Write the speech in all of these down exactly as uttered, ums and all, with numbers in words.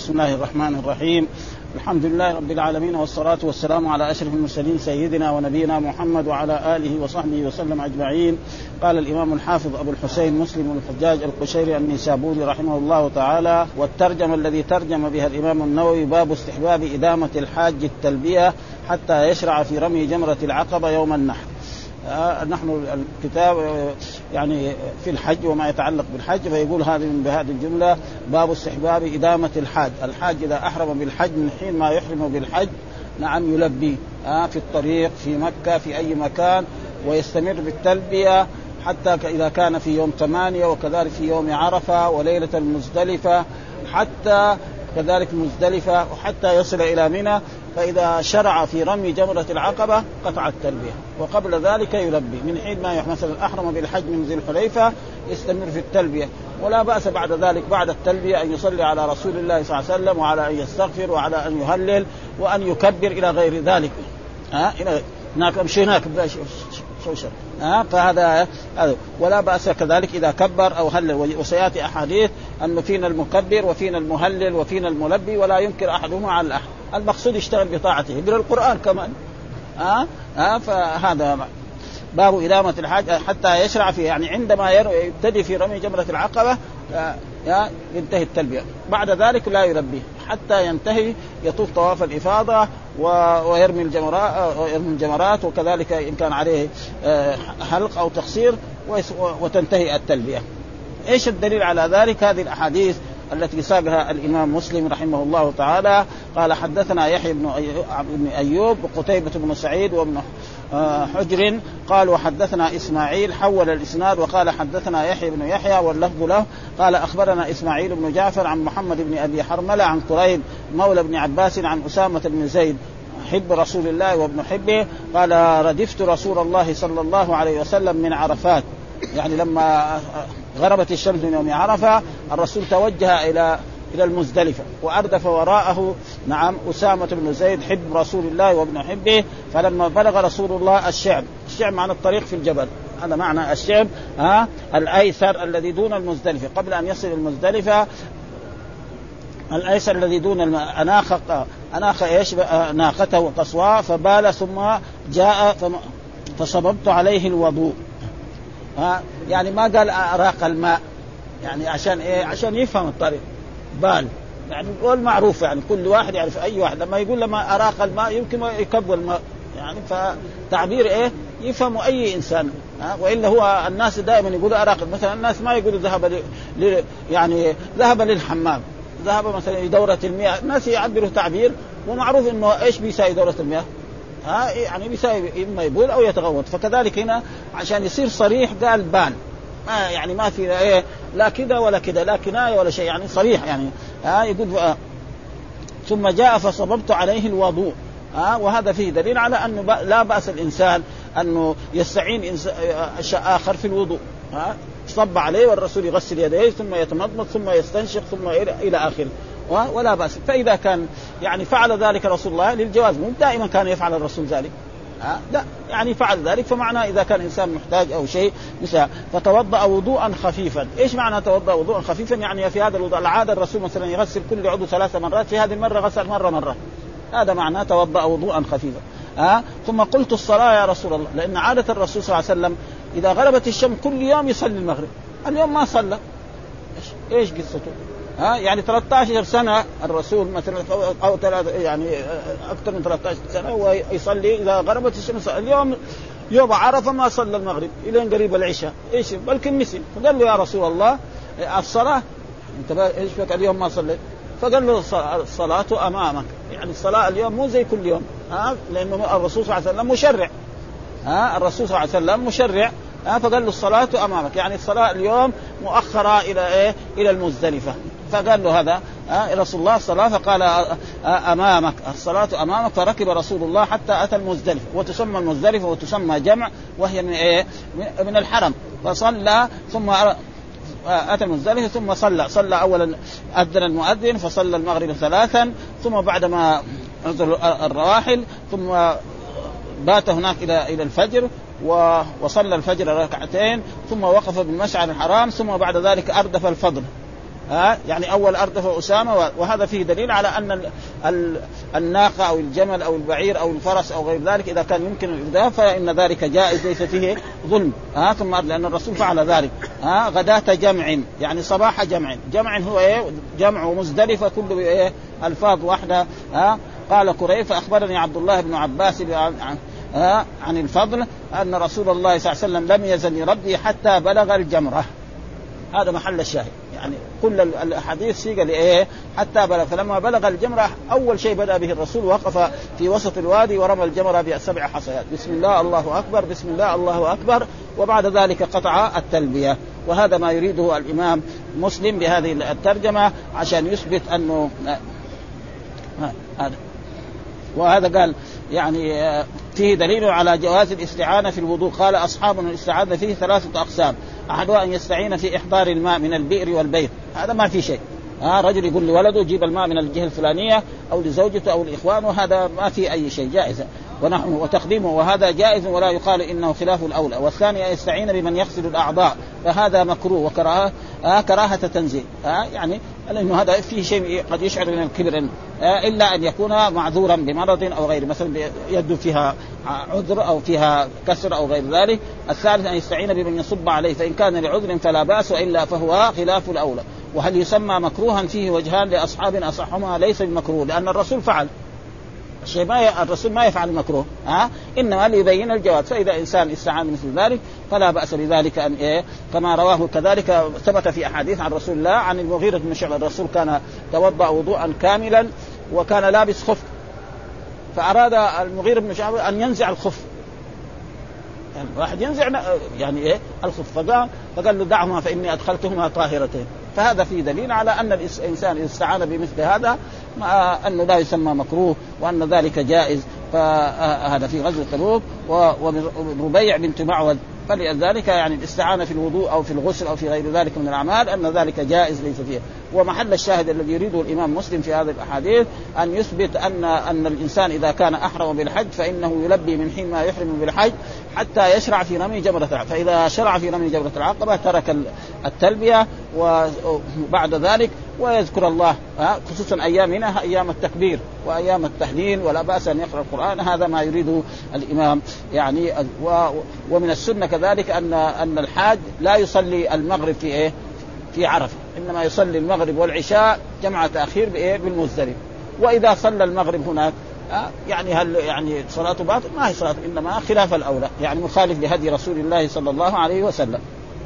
بسم الله الرحمن الرحيم. الحمد لله رب العالمين، والصلاة والسلام على أشرف المرسلين سيدنا ونبينا محمد وعلى آله وصحبه وسلم أجمعين. قال الإمام الحافظ أبو الحسين مسلم بن الحجاج القشيري النيسابوري رحمه الله تعالى: والترجمة الذي ترجم بها الإمام النووي: باب استحباب إدامة الحاج التلبية حتى يشرع في رمي جمرة العقبة يوم النحر. آه نحن الكتاب يعني في الحج وما يتعلق بالحج، فيقول هذه من بهذه الجملة: باب استحباب إدامة الحاج. الحاج إذا أحرم بالحج من حين ما يحرم بالحج نعم يلبي آه في الطريق في مكة في أي مكان، ويستمر بالتلبية حتى إذا كان في يوم ثمانية، وكذلك في يوم عرفة وليلة المزدلفة، حتى كذلك مزدلفة، وحتى يصل إلى منى. فإذا شرع في رمي جمرة العقبة قطع التلبية، وقبل ذلك يلبي من حين ما مثلا أحرم بالحج من ذي الحليفة يستمر في التلبية، ولا بأس بعد ذلك بعد التلبية أن يصلي على رسول الله صلى الله عليه وسلم، وعلى أن يستغفر، وعلى أن يهلل، وأن يكبر إلى غير ذلك. ها إلى هناك أمشي هناك شوشر ها فهذا هذا ولا بأس كذلك إذا كبر أو هلل. وسيأتي أحاديث أنه فينا المكبر وفينا المهلل وفينا الملبي، ولا ينكر أحدهما على الأحد. المقصود يشتغل بطاعته، يقرأ القرآن كمان. ها ها فهذا باب إدامة الحاج حتى يشرع فيه، يعني عندما يبتدي في رمي جمرة العقبة ينتهي التلبية، بعد ذلك لا يلبيه حتى ينتهي، يطوف طواف الإفاضة ويرمي الجمرات ويرمي الجمرات وكذلك إن كان عليه حلق أو تقصير، وتنتهي التلبية. إيش الدليل على ذلك؟ هذه الأحاديث التي ساقها الإمام مسلم رحمه الله تعالى. قال: حدثنا يحيى بن أيوب وقتيبة بن سعيد وابن حجر قال: وحدثنا إسماعيل حول الإسناد وقال: حدثنا يحيى بن يحيى واللفظ له قال: أخبرنا إسماعيل بن جعفر عن محمد بن أبي حرملة عن قريب مولى بن عباس عن أسامة بن زيد حب رسول الله وابن حبه قال: ردفت رسول الله صلى الله عليه وسلم من عرفات، يعني لما غربت الشمس من يوم عرفة الرسول توجه إلى إلى المزدلفة، وأردف وراءه نعم أسامة بن زيد حب رسول الله وابن حبه. فلما بلغ رسول الله الشعب، الشعب معنى الطريق في الجبل، هذا معنى الشعب ها الأيسر الذي دون المزدلفة، قبل أن يصل المزدلفة الأيسر الذي دون أناخ أناخ إيش ناقته وقصواها، فبال ثم جاء فصببت عليه الوضوء. ها يعني ما قال أراق الماء، يعني عشان إيه؟ عشان يفهم الطريق. بال يعني قول معروف، يعني كل واحد يعرف، أي واحد لما يقول لما أراق الماء يمكن يكب الماء، يعني فتعبير إيه يفهم أي إنسان. ها وإلا هو الناس دائما يقولوا أراق، مثلا الناس ما يقولوا ذهب ل... ل... يعني ذهب للحمام، ذهب مثلا لدورة المياه، الناس يعبروا تعبير ومعروف إنه إيش بيساوي دورة المياه، ها يعني بيساوي إما يبول أو يتغوط. فكذلك هنا عشان يصير صريح قال بال، ما يعني ما في إيه لا كده ولا كده، لا كناية ولا شيء، يعني صريح يعني. ها يقول آه ثم جاء فصببت عليه الوضوء. ها وهذا فيه دليل على أنه لا بأس الإنسان أنه يستعين أشياء آخر في الوضوء. ها صب عليه والرسول يغسل يديه ثم يتمضمض ثم يستنشق ثم إلى آخره، ولا بأس. فإذا كان يعني فعل ذلك رسول الله للجواز، مو دائما كان يفعل الرسول ذلك، ها لا يعني فعل ذلك، فمعناه إذا كان إنسان محتاج أو شيء مثلا فتوضأ وضوءا خفيفا. إيش معنى توضأ وضوءا خفيفا؟ يعني في هذا الوضوء العادة الرسول مثلا يغسل كل عضو ثلاث مرات، في هذه المرة غسل مرة مرة، هذا معناه توضأ وضوءا خفيفا. ها ثم قلت الصلاة يا رسول الله، لأن عادة الرسول صلى الله عليه وسلم إذا غربت الشمس كل يوم يصلي المغرب، اليوم ما صلى. إيش قصته؟ ها يعني ثلاثة عشر سنة الرسول مثلا أو يعني أكثر من ثلاثة عشر سنة ويصلي إذا غربت الشمس. اليوم يوم عرفة ما صلى المغرب إلى قريب العشاء، إيش بلكن نسي. فقال له: يا رسول الله الصلاة أنت إيش بك اليوم ما صليت؟ فقال له: الصلاة أمامك، يعني الصلاة اليوم مو زي كل يوم. ها لأنه الرسول صلى الله عليه وسلم مشرع، ها الرسول صلى الله عليه وسلم مشرع. ها فقال له: الصلاة أمامك، يعني الصلاة اليوم مؤخرة إلى إيه؟ إلى المزدلفة. فقال له هذا آه رسول الله الصلاة، فقال آه أمامك الصلاة أمامك. فركب رسول الله حتى أتى المزدلفة، وتسمى المزدلفة وتسمى جمع، وهي من إيه؟ من الحرم. فصلى ثم أتى المزدلفة ثم صلى صلى أولا أذن المؤذن فصلى المغرب ثلاثا، ثم بعدما نزل الرواحل ثم بات هناك إلى إلى الفجر وصلى الفجر ركعتين، ثم وقف بالمشعر الحرام، ثم بعد ذلك أردف الفضل. ها يعني أول أردف أسامة، وهذا فيه دليل على أن ال ال الناقة أو الجمل أو البعير أو الفرس أو غير ذلك إذا كان يمكن الإرداف فإن ذلك جائز ليس فيه ظلم. ها ثم لأن الرسول فعل ذلك. ها غداة جمع يعني صباح جمع، جمع هو إيه؟ جمع ومزدلفة كله إيه؟ ألفاظ واحدة. ها قال كريب فأخبرني عبد الله بن عباس عن, عن الفضل أن رسول الله صلى الله عليه وسلم لم يزل يربي حتى بلغ الجمرة. هذا محل الشاهد، يعني كل الأحاديث سيقة لإيه حتى بلغ. فلما بلغ الجمرة أول شيء بدأ به الرسول وقف في وسط الوادي ورمى الجمرة بسبع حصيات، بسم الله الله أكبر بسم الله الله أكبر، وبعد ذلك قطع التلبية. وهذا ما يريده الإمام مسلم بهذه الترجمة عشان يثبت أنه هذا. وهذا قال يعني فيه دليل على جواز الاستعانة في الوضوء. قال أصحابنا الاستعانة فيه ثلاثة أقسام، أحدها أن يستعين في إحضار الماء من البئر والبيت، هذا ما في شيء. ها رجل يقول لولده جيب الماء من الجهة الفلانية أو لزوجته أو الإخوان، وهذا ما في أي شيء، جائز ونحن وتقديمه، وهذا جائز ولا يقال إنه خلاف الأولى. والثاني أن يستعين بمن يغسل الأعضاء، فهذا مكروه وكراهة آه كراهة تنزيه. آه يعني لأنه هذا فيه شيء قد يشعر من الكبر، آه إلا أن يكون معذورا بمرض أو غير، مثلا يد فيها عذر أو فيها كسر أو غير ذلك. الثالث أن يستعين بمن يصب عليه، فإن كان لعذر فلا بأس، وإلا فهو خلاف الأولى. وهل يسمى مكروها؟ فيه وجهان لأصحاب أصحهما ليس بمكروه، لأن الرسول فعل الشيء ما ي... الرسول ما يفعل المكروه، ها إنما ليبين الجواز. فإذا إنسان استعان مثل ذلك فلا بأس بذلك أن إيه كما رواه كذلك ثبت في أحاديث عن رسول الله عن المغيرة بن شعبة. الرسول كان توضأ وضوءا كاملا وكان لابس خف، فأراد المغيرة بن شعبة أن ينزع الخف، يعني واحد ينزع يعني إيه الخف، فقال فقال له دعهما فإني أدخلتهما طاهرتين. فهذا فيه دليل على أن الإنسان إذا استعان بمثل هذا أنه لا يسمى مكروه وأن ذلك جائز. فهذا في غزوة تبوك وربيع بنت معوذ، فلذلك يعني الاستعانة في الوضوء أو في الغسل أو في غير ذلك من الأعمال أن ذلك جائز ليس فيه. ومحل الشاهد الذي يريده الإمام مسلم في هذه الأحاديث أن يثبت أن أن الإنسان إذا كان أحرم بالحج فإنه يلبي من حين ما يحرم بالحج حتى يشرع في رمي جمرة العقبة. فإذا شرع في رمي جمرة العقبة ترك التلبية وبعد ذلك ويذكر الله، خصوصا أيامنا أيام التكبير وأيام التهليل، ولا بأس أن يقرأ القرآن. هذا ما يريده الإمام يعني. ومن السنة كذلك أن أن الحاج لا يصلي المغرب في إيه في عرفة، إنما يصلي المغرب والعشاء جمع تأخير بإيه بالمزدلفة. وإذا صلى المغرب هناك يعني هل يعني صلاته باطل؟ ما هي صلاة، إنما خلاف الأولى، يعني مخالف لهدي رسول الله صلى الله عليه وسلم.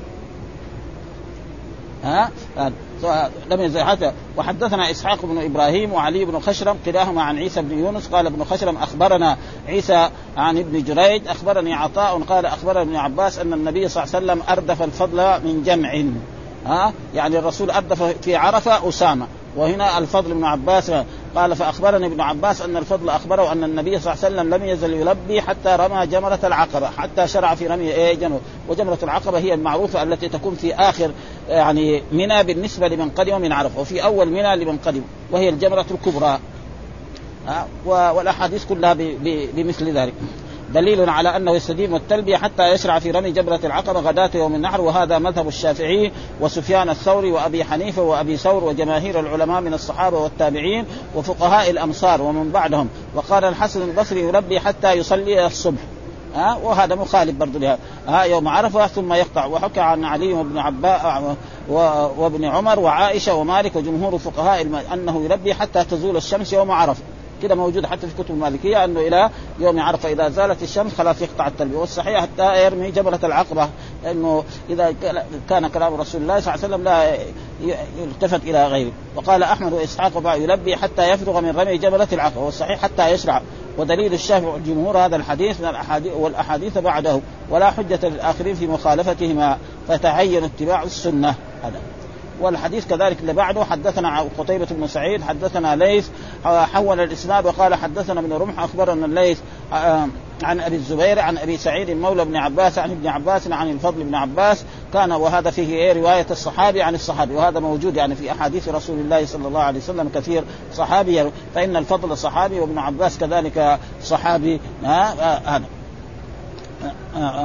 ها لم يزل حتى. وحدثنا إسحاق بن إبراهيم وعلي بن خشرم كلاهما عن عيسى بن يونس قال ابن خشرم أخبرنا عيسى عن ابن جريج أخبرني عطاء قال أخبرني ابن عباس أن النبي صلى الله عليه وسلم أردف الفضل من جمع. ها يعني الرسول أردف في عرفة أسامة، وهنا الفضل بن عباس قال فأخبرني ابن عباس أن الفضل أخبره أن النبي صلى الله عليه وسلم لم يزل يلبي حتى رمى جمرة العقبة، حتى شرع في رمي إيه جمرة. وجمرة العقبة هي المعروفة التي تكون في آخر يعني منى بالنسبة لمن قدم من عرفة، وفي أول منى لمن قدم، وهي الجمرة الكبرى. والأحاديث كلها بمثل ذلك دليل على أنه يستديم التلبية حتى يشرع في رمي جمرة العقبة غداة يوم النحر. وهذا مذهب الشافعي وسفيان الثوري وأبي حنيفة وأبي ثور وجماهير العلماء من الصحابة والتابعين وفقهاء الأمصار ومن بعدهم. وقال الحسن البصري يلبي حتى يصلي الصبح، ها وهذا مخالف برضو لها ها يوم عرفة ثم يقطع. وحكى عن علي وابن عباس وابن عمر وعائشة ومالك وجمهور فقهاء أنه يلبي حتى تزول الشمس يوم عرفة، كده موجود حتى في كتب المالكية أنه إلى يوم عرفة إذا زالت الشمس خلاص يقطع التلبية. والصحيح حتى يرمي جبلة العقبة، لأنه إذا كان كلام رسول الله صلى الله عليه وسلم لا يلتفت إلى غيره. وقال أحمد وإسحاق يلبي حتى يفرغ من رمي جبلة العقبة، والصحيح حتى يشرع. ودليل الشافعي والجمهور هذا الحديث من الأحاديث والأحاديث بعده، ولا حجة للآخرين في مخالفتهما، فتعين اتباع السنة. هذا والحديث كذلك اللي بعده حدثنا قتيبة بن سعيد حدثنا ليث حول الإسناد وقال حدثنا ابن رمح أخبرنا الليث عن أبي الزبير عن أبي سعيد مولى ابن عباس عن ابن عباس عن الفضل بن عباس كان. وهذا فيه إيه رواية الصحابي عن الصحابي، وهذا موجود يعني في أحاديث رسول الله صلى الله عليه وسلم كثير صحابي، فإن الفضل صحابي وابن عباس كذلك صحابي. هذا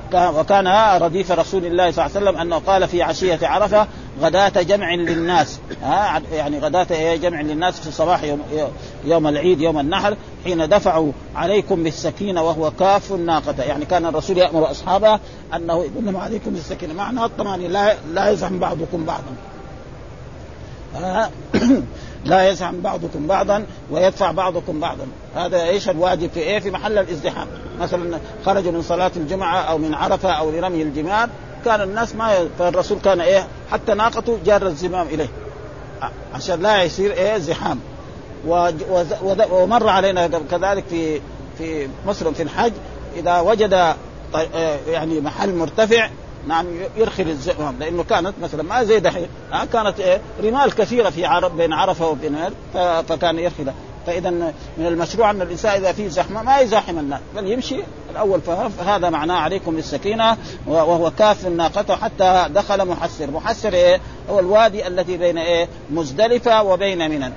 وكان رديف رسول الله صلى الله عليه وسلم أنه قال في عشية عرفة غداة جمع للناس، ها يعني غداة جمع للناس في صباح يوم, يوم العيد يوم النحر، حين دفعوا عليكم بالسكينة وهو كاف الناقة. يعني كان الرسول يأمر أصحابه أنه يقول لهم عليكم بالسكينة، معنى الطمان لا, لا يزحم بعضكم بعضا، لا يزحم بعضكم بعضا ويدفع بعضكم بعضا. هذا ايش الواجب في ايه؟ في محل الازدحام. مثلا خرجوا من صلاة الجمعة او من عرفة او لرمي الجمار، كان الناس ما ي... فالرسول كان ايه حتى ناقته جار الزمام اليه عشان لا يصير ايه زحام. و... و... ومر علينا كذلك في في مصر في الحج، اذا وجد يعني محل مرتفع نعم يرخي الزمام، لانه كانت مثلا ما زي دحين كانت إيه رمال كثيره في عرب بين عرفه وبين فكان يرخي له. فاذا من المشروع ان الانسان اذا فيه زحمه ما يزاحم الناس بل يمشي الاول، فهذا معناه عليكم بالسكينه. وهو كاف الناقه حتى دخل محسر. محسر ايه؟ هو الوادي الذي بين ايه مزدلفه وبين منى.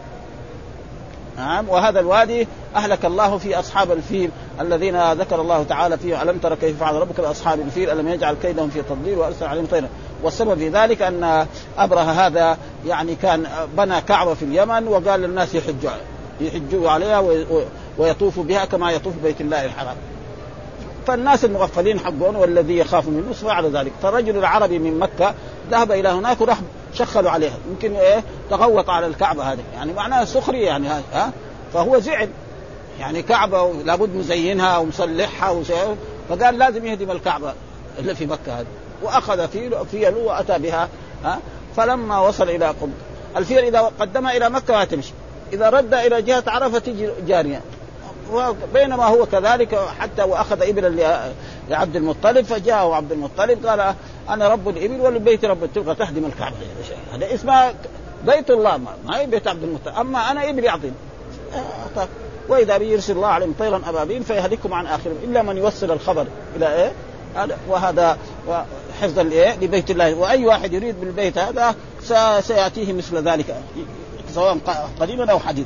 نعم. وهذا الوادي أهلك الله في أصحاب الفيل الذين ذكر الله تعالى فيه ألم تر كيف فعل ربك بأصحاب الفيل ألم يجعل كيدهم في تضليل وأرسل عليهم طيرا. والسبب في ذلك أن أبرهة هذا يعني كان بنى كعبة في اليمن وقال للناس يحجوا يحجوا عليها ويطوفوا بها كما يطوف بيت الله الحرام، فالناس المغفلين حقون والذي يخاف من الناس فعل ذلك. فالرجل العربي من مكة ذهب إلى هناك وراح شخلوا عليها، يمكن إيه تغوط على الكعبة هذه، يعني معناها سخرية يعني ها. فهو زعل، يعني كعبة لابد مزينها ومصلحها وشيء، فقال لازم يهدم الكعبة اللي في مكة هذه، وأخذ فيل فيل وأتى بها ها. فلما وصل إلى قم الفيل إذا قدمها إلى مكة ما تمشي، إذا رد إلى جهة عرفة تجي جارية. وبينما هو كذلك حتى وأخذ إبل لعبد المطلب، فجاءه عبد المطلب قال أنا رب الإبل والبيت رب تبغى تهدم الكعبة، هذا اسمه بيت الله ما هي بيت عبد المطلب، أما أنا إبلي أعطيني. وإذا بيرسل الله عليهم طيرا أبابيل فيهلكهم عن آخرهم إلا من يوصل الخبر إلى إيه. وهذا حفظ الإيه لبيت الله، وأي واحد يريد بالبيت هذا سيأتيه مثل ذلك سواء قديما أو حديث.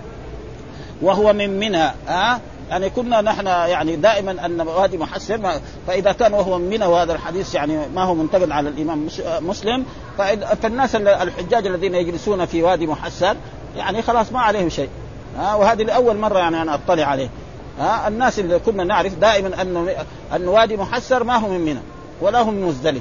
وهو من منى ها. يعني كنا نحن يعني دائما أن وادي محسر، فإذا كان وهو من منى وهذا الحديث يعني ما هو منتقد على الإمام مسلم، فالناس الحجاج الذين يجلسون في وادي محسر يعني خلاص ما عليهم شيء ها. وهذه لأول مرة يعني أنا أطلع عليه ها. الناس اللي كنا نعرف دائما أنه أن وادي محسر ما هو من منى ولا هم من مزدلفة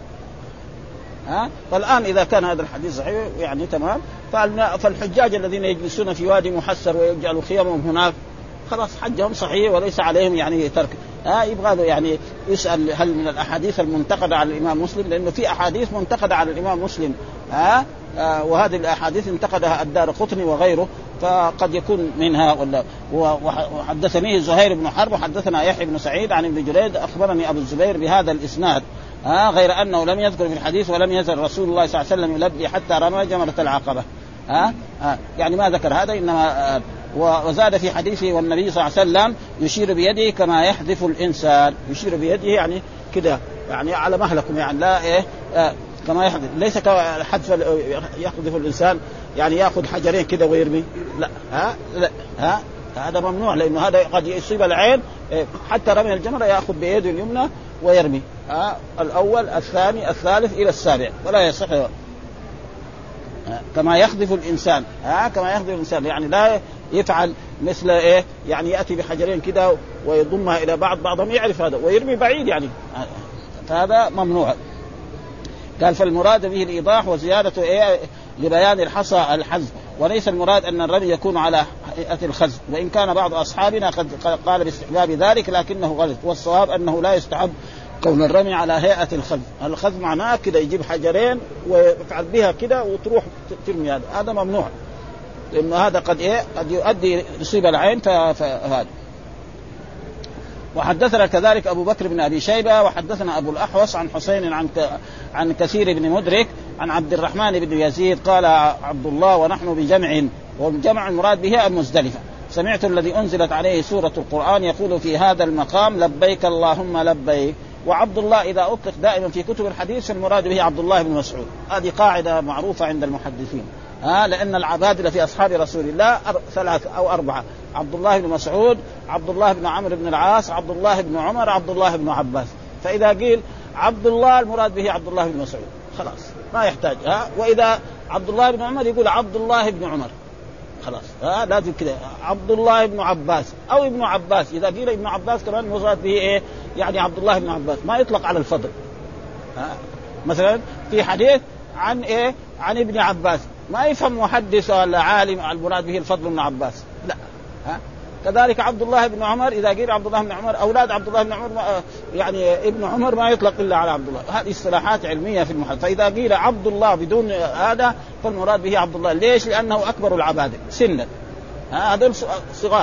ها. فالآن إذا كان هذا الحديث صحيح يعني تمام، فالحجاج الذين يجلسون في وادي محسر ويجعلوا خيامهم هناك خلاص حجهم صحيح وليس عليهم يعني ترك ها. يبغى يعني يسأل هل من الأحاديث المنتقدة على الإمام مسلم، لأنه في أحاديث منتقدة على الإمام مسلم ها. آه وهذه الأحاديث انتقدها الدارقطني وغيره، فقد يكون منها. ولا وحدثني زهير بن حرب وحدثنا يحيى بن سعيد عن ابن جريد أخبرني أبو الزبير بهذا الإسناد ها، غير أنه لم يذكر في الحديث ولم يزل رسول الله صلى الله عليه وسلم يلبي حتى رمى جمرة العقبة ها. آه يعني ما ذكر هذا، إنما آه وزاد في حديثه والنبي صلى الله عليه وسلم يشير بيده كما يحذف الإنسان، يشير بيده يعني كده يعني على مهلكم يعني لا إيه آه كما يحذف، ليس كحذف يحذف الإنسان يعني يأخذ حجرين كده ويرمي لا ها لا ها هذا ممنوع، لأنه هذا قد يصيب العين. حتى رمي الجمرة يأخذ بيده اليمنى ويرمي ها الأول الثاني الثالث إلى السابع ولا يصح كما يخذف الإنسان ها كما يخذف الإنسان، يعني لا يفعل مثل إيه يعني يأتي بحجرين كده ويضمها إلى بعض بعضهم يعرف هذا ويرمي بعيد يعني، فهذا ممنوع. قال فالمراد به الإيضاح وزيادة إيه لبيان الحصى الحذف، وليس المراد أن الرمي يكون على هيئة الخذف، وإن كان بعض أصحابنا قد قال باستحباب ذلك لكنه غلط، والصواب أنه لا يستحب كون الرمي على هيئة الخذف. الخذف معناه كده يجيب حجرين ويفعل بها كده وتروح ترمي، هذا هذا ممنوع، لأنه هذا قد إيه قد يؤدي يصيب العين فهذا. وحدثنا كذلك أبو بكر بن أبي شيبة وحدثنا أبو الأحوص عن حسين عن عن كثير بن مدرك عن عبد الرحمن بن يزيد قال عبد الله ونحن بجمع، والجمع المراد بها المزدلفة، سمعت الذي أنزلت عليه سورة القرآن يقول في هذا المقام لبيك اللهم لبيك. وعبد الله إذا أطلق دائما في كتب الحديث المراد به عبد الله بن مسعود، هذه قاعدة معروفة عند المحدثين ها، لأن العبادلة في أصحاب رسول الله ثلاث أو أربعة: عبد الله بن مسعود، عبد الله بن عمرو بن العاص، عبد الله بن عمر، عبد الله بن عباس. فإذا قيل عبد الله المراد به عبد الله بن مسعود خلاص ما يحتاج ها. وإذا عبد الله بن عمر يقول عبد الله بن عمر خلاص ها لازم كده عبد الله بن عباس أو ابن عباس. إذا قيل ابن عباس كمان مراد به إيه يعني عبد الله بن عباس ما يطلق على الفضل ها. مثلا في حديث عن إيه عن ابن عباس ما يفهم محدث ولا عالم المراد به الفضل بن عباس لا ها. كذلك عبد الله بن عمر إذا قيل عبد الله بن عمر أولاد عبد الله بن عمر يعني ابن عمر ما يطلق إلا على عبد الله. هذه اصطلاحات علمية في المحل. فإذا قيل عبد الله بدون هذا فالمراد به عبد الله. ليش؟ لأنه أكبر العبادة سنا هذا صغار.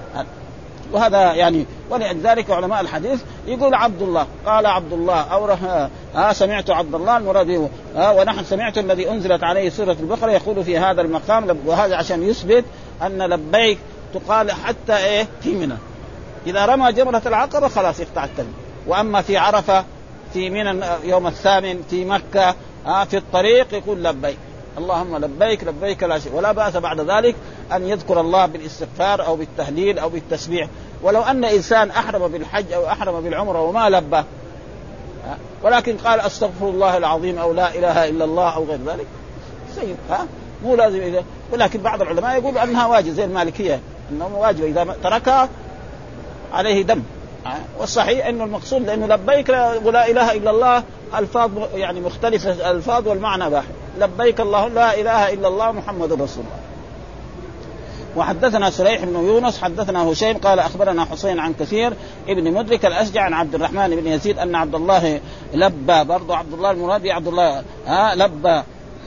وهذا يعني ولذلك علماء الحديث يقول عبد الله قال عبد الله أو ها سمعت عبد الله المراد به ها. ونحن سمعت الذي أنزلت عليه سورة البقرة يقول في هذا المقام. وهذا عشان يثبت أن لبيك تقال حتى إيه في منى. إذا رمى جمرة العقبة خلاص يقطع التلبية. وأما في عرفة في منى يوم الثامن في مكة آه في الطريق يقول لبيك اللهم لبيك لبيك لا شيء. ولا بأس بعد ذلك أن يذكر الله بالاستغفار أو بالتهليل أو بالتسبيح. ولو أن إنسان أحرم بالحج أو أحرم بالعمرة وما لبى آه ولكن قال أستغفر الله العظيم أو لا إله إلا الله أو غير ذلك سيد ها مو لازم إذا. ولكن بعض العلماء يقول أنها واجب زي المالكية أنه واجب إذا تركها عليه دم. والصحيح أنه المقصود لأنه لبيك ولا إله إلا الله الفاظ يعني مختلفة الفاظ والمعنى واحد. لبيك الله لا إله إلا الله محمد رسول الله. وحدثنا سريح بن يونس حدثنا هشيم قال أخبرنا حسين عن كثير ابن مدرك الأشجع عن عبد الرحمن بن يزيد أن عبد الله لبى برضو عبد الله المراد عبد الله ها لبى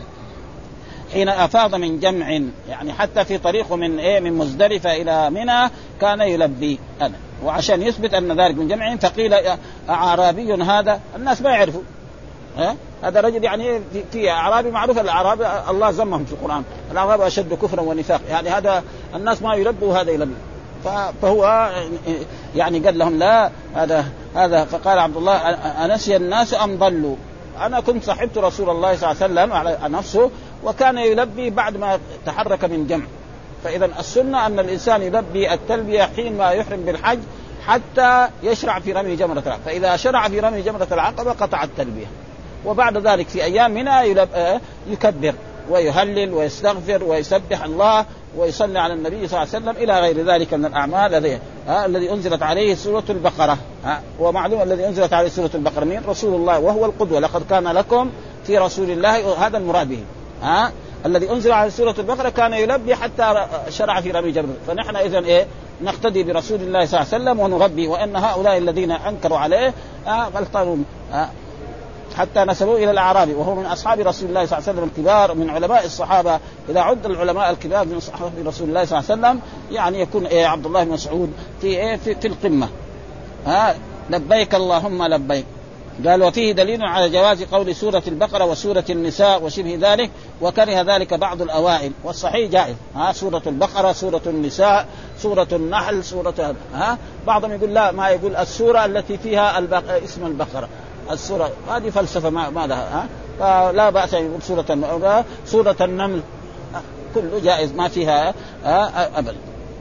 حين أفاض من جمع يعني حتى في طريقه من إيه من مزدلفة إلى منى كان يلبي أنا. وعشان يثبت أن ذلك من جمع فقيل أعرابي هذا الناس ما يعرفوا ها هذا رجل يعني في, في أعرابي معروف. الأعراب الله زمهم في القرآن الأعراب أشد كفرا ونفاق يعني هذا الناس ما يلبوا هذا يلبي. فهو يعني قال لهم لا هذا هذا. فقال عبد الله أنسي الناس أم ضلوا. أنا كنت صحبت رسول الله صلى الله عليه وسلم على نفسه وكان يلبي بعد ما تحرك من جمع. فإذا السنة أن الإنسان يلبي التلبية حين ما يحرم بالحج حتى يشرع في رمي جمرة العقبة. فإذا شرع في رمي جمرة العقبة قطع التلبية. وبعد ذلك في أيام منى يكبر ويهلل ويستغفر ويسبح الله ويصلي على النبي صلى الله عليه وسلم إلى غير ذلك من الأعمال الذي الذي أنزلت عليه سورة البقرة. ومعلوم الذي أنزلت عليه سورة البقرة من رسول الله وهو القدوة. لقد كان لكم في رسول الله هذا المراد به ها الذي أنزل على سورة البقرة كان يلبي حتى شرع في رمي جمرة. فنحن إذن إيه نقتدي برسول الله صلى الله عليه وسلم ونربي. وأن هؤلاء الذين أنكروا عليه غلطانون حتى نسبوه إلى الأعرابي وهو من أصحاب رسول الله صلى الله عليه وسلم الكبار من علماء الصحابة. إذا عد العلماء الكبار من صحابة رسول الله صلى الله عليه وسلم يعني يكون إيه عبد الله بن مسعود في إيه في, في القمة ها لبيك اللهم لبيك. قال وفيه دليل على جواز قول سورة البقرة وسورة النساء وشبه ذلك وكره ذلك بعض الأوائل. والصحيح جائز ها سورة البقرة سورة النساء سورة النحل سورة ها. بعضهم يقول لا ما يقول السورة التي فيها البق... اسم البقرة السورة هذه فلسفة ما, ما لها ها. فلا بأس يقول سورة النمل سورة النمل كله جائز ما فيها أبدا.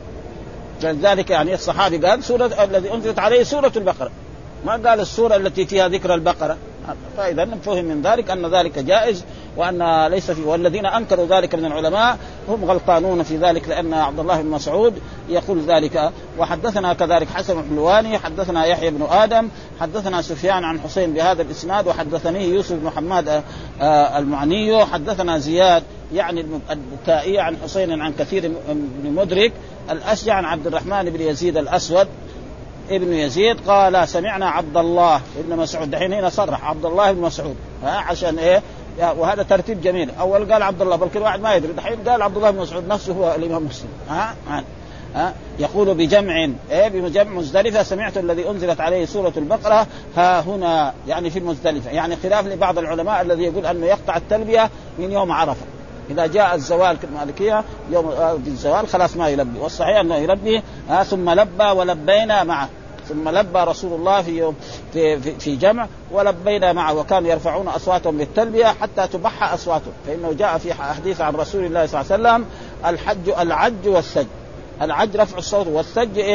لذلك يعني الصحابي قال سورة الذي أنزلت عليه سورة البقرة ما قال السورة التي فيها ذكر البقرة. فإذا نفهم من ذلك أن ذلك جائز وأن ليس فيه. والذين أنكروا ذلك من العلماء هم غلطانون في ذلك لأن عبد الله بن مسعود يقول ذلك. وحدثنا كذلك حسن الحلواني حدثنا يحيى بن آدم حدثنا سفيان عن حسين بهذا الإسناد وحدثني يوسف بن محمد المعني حدثنا زياد يعني البكائي عن حسين عن كثير بن مدرك الأشجع عن عبد الرحمن بن يزيد الأسود ابن يزيد قال سمعنا عبد الله ابن مسعود. دحين هنا صرح عبد الله بن مسعود ها عشان ايه وهذا ترتيب جميل. اول قال عبد الله بل كل واحد ما يدري. دحين قال عبد الله بن مسعود نفسه هو الامام مسلم ها ها يقول بجمع ايه بجمع مزدلفه سمعت الذي انزلت عليه سوره البقره ها هنا يعني في المزدلفه. يعني خلاف لبعض العلماء الذي يقول انه يقطع التلبيه من يوم عرفه إذا جاء الزوال كالمالكية يوم الزوال خلاص ما يلبي. والصحيح أنه يلبي ها ثم لبى ولبينا معه. ثم لبى رسول الله في يوم في, في, في جمع ولبينا معه وكانوا يرفعون أصواتهم بالتلبية حتى تبحى أصواتهم. فإنه جاء في حديث عن رسول الله صلى الله عليه وسلم الحج العج والسج. العج رفع الصوت والسج إيه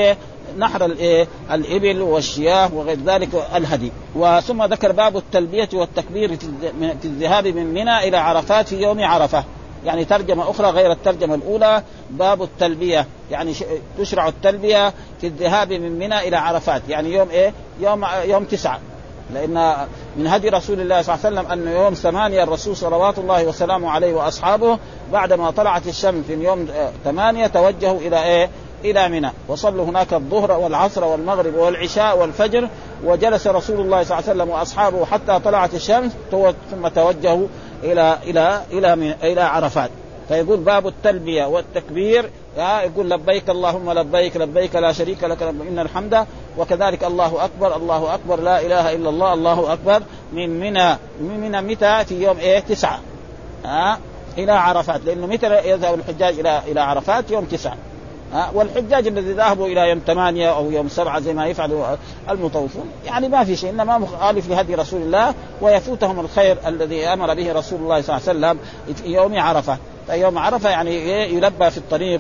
نحر الايه الابل والشياه وغير ذلك الهدي. وثم ذكر باب التلبيه والتكبير في الذهاب من منى الى عرفات في يوم عرفه، يعني ترجمه اخرى غير الترجمه الاولى. باب التلبيه يعني تشرع التلبيه في الذهاب من منى الى عرفات، يعني يوم ايه يوم يوم تسعة، لأن من هدي رسول الله صلى الله عليه وسلم أن يوم ثمانية الرسول صلوات الله وسلامه عليه وأصحابه بعدما طلعت الشمس في يوم ثمانية توجهوا إلى إيه إلى منى، وصلوا هناك الظهر والعصر والمغرب والعشاء والفجر، وجلس رسول الله صلى الله عليه وسلم وأصحابه حتى طلعت الشمس ثم توجهوا إلى إلى إلى إلى عرفات. فيقول باب التلبية والتكبير، يقول لبيك اللهم لبيك لبيك لا شريك لك إن الحمد، وكذلك الله أكبر الله أكبر لا إله إلا الله الله أكبر من منى. من منى متى؟ في يوم إيه تسعة ها إلى عرفات، لأنه متى يذهب الحجاج إلى إلى عرفات؟ يوم تسعة. ها والحجاج الذي ذهبوا إلى يوم ثمانية أو يوم سبعة زي ما يفعل المطوفون يعني ما في شيء، إنما مخالف لهدي رسول الله ويفوتهم الخير الذي أمر به رسول الله صلى الله عليه وسلم في يوم عرفة. يوم عرفة يعني يلبى في الطريق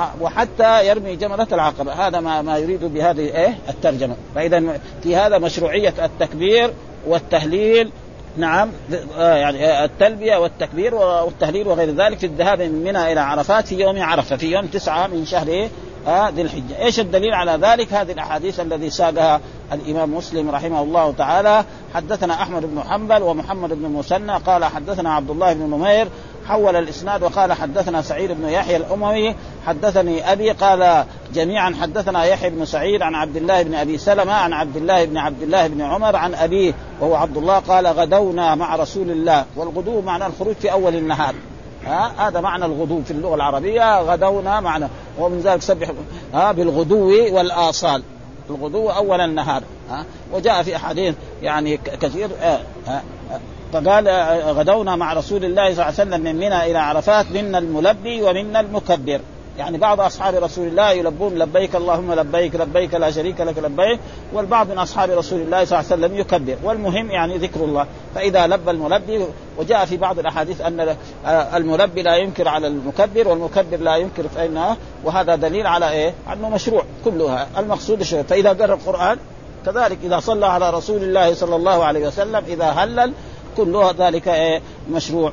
وحتى يرمي جمرة العقبة، هذا ما ما يريد بهذه إيه الترجمة. فإذا في هذا مشروعية التكبير والتهليل، نعم يعني التلبية والتكبير والتهليل وغير ذلك في الذهاب من منى إلى عرفات في يوم عرفة في يوم تسعة من شهر ذي آه الحجة. إيش الدليل على ذلك؟ هذه الأحاديث الذي ساقها الإمام مسلم رحمه الله تعالى. حدثنا أحمد بن حنبل ومحمد بن المثنى قال حدثنا عبد الله بن نمير حول الإسناد وقال حدثنا سعيد بن يحيى الأموي حدثني أبي قال جميعا حدثنا يحيى بن سعيد عن عبد الله بن أبي سلمة عن عبد الله بن عبد الله بن عمر عن أبيه وهو عبد الله قال غدونا مع رسول الله. والغدو معنى الخروج في أول النهار، ها هذا معنى الغدو في اللغة العربية، غدونا معنى، ومن ذلك سبح ها بالغدو والآصال، الغدو أول النهار. ها وجاء في أحاديث يعني كثير ها ها فقال غدونا مع رسول الله صلى الله عليه وسلم من منى إلى عرفات منا الملبي ومنا المكبر، يعني بعض أصحاب رسول الله يلبون لبيك اللهم لبيك لبيك لا شريك لك لبيك، والبعض من أصحاب رسول الله صلى الله عليه وسلم يكبر، والمهم يعني ذكر الله. فإذا لبى الملبي، وجاء في بعض الأحاديث أن الملبي لا ينكر على المكبر والمكبر لا ينكر فإنه، وهذا دليل على إيه أنه مشروع كلها المقصود الشروع. فإذا قرأ القرآن كذلك إذا صلى على رسول الله صلى الله عليه وسلم إذا هلل كل ذلك إيه مشروع.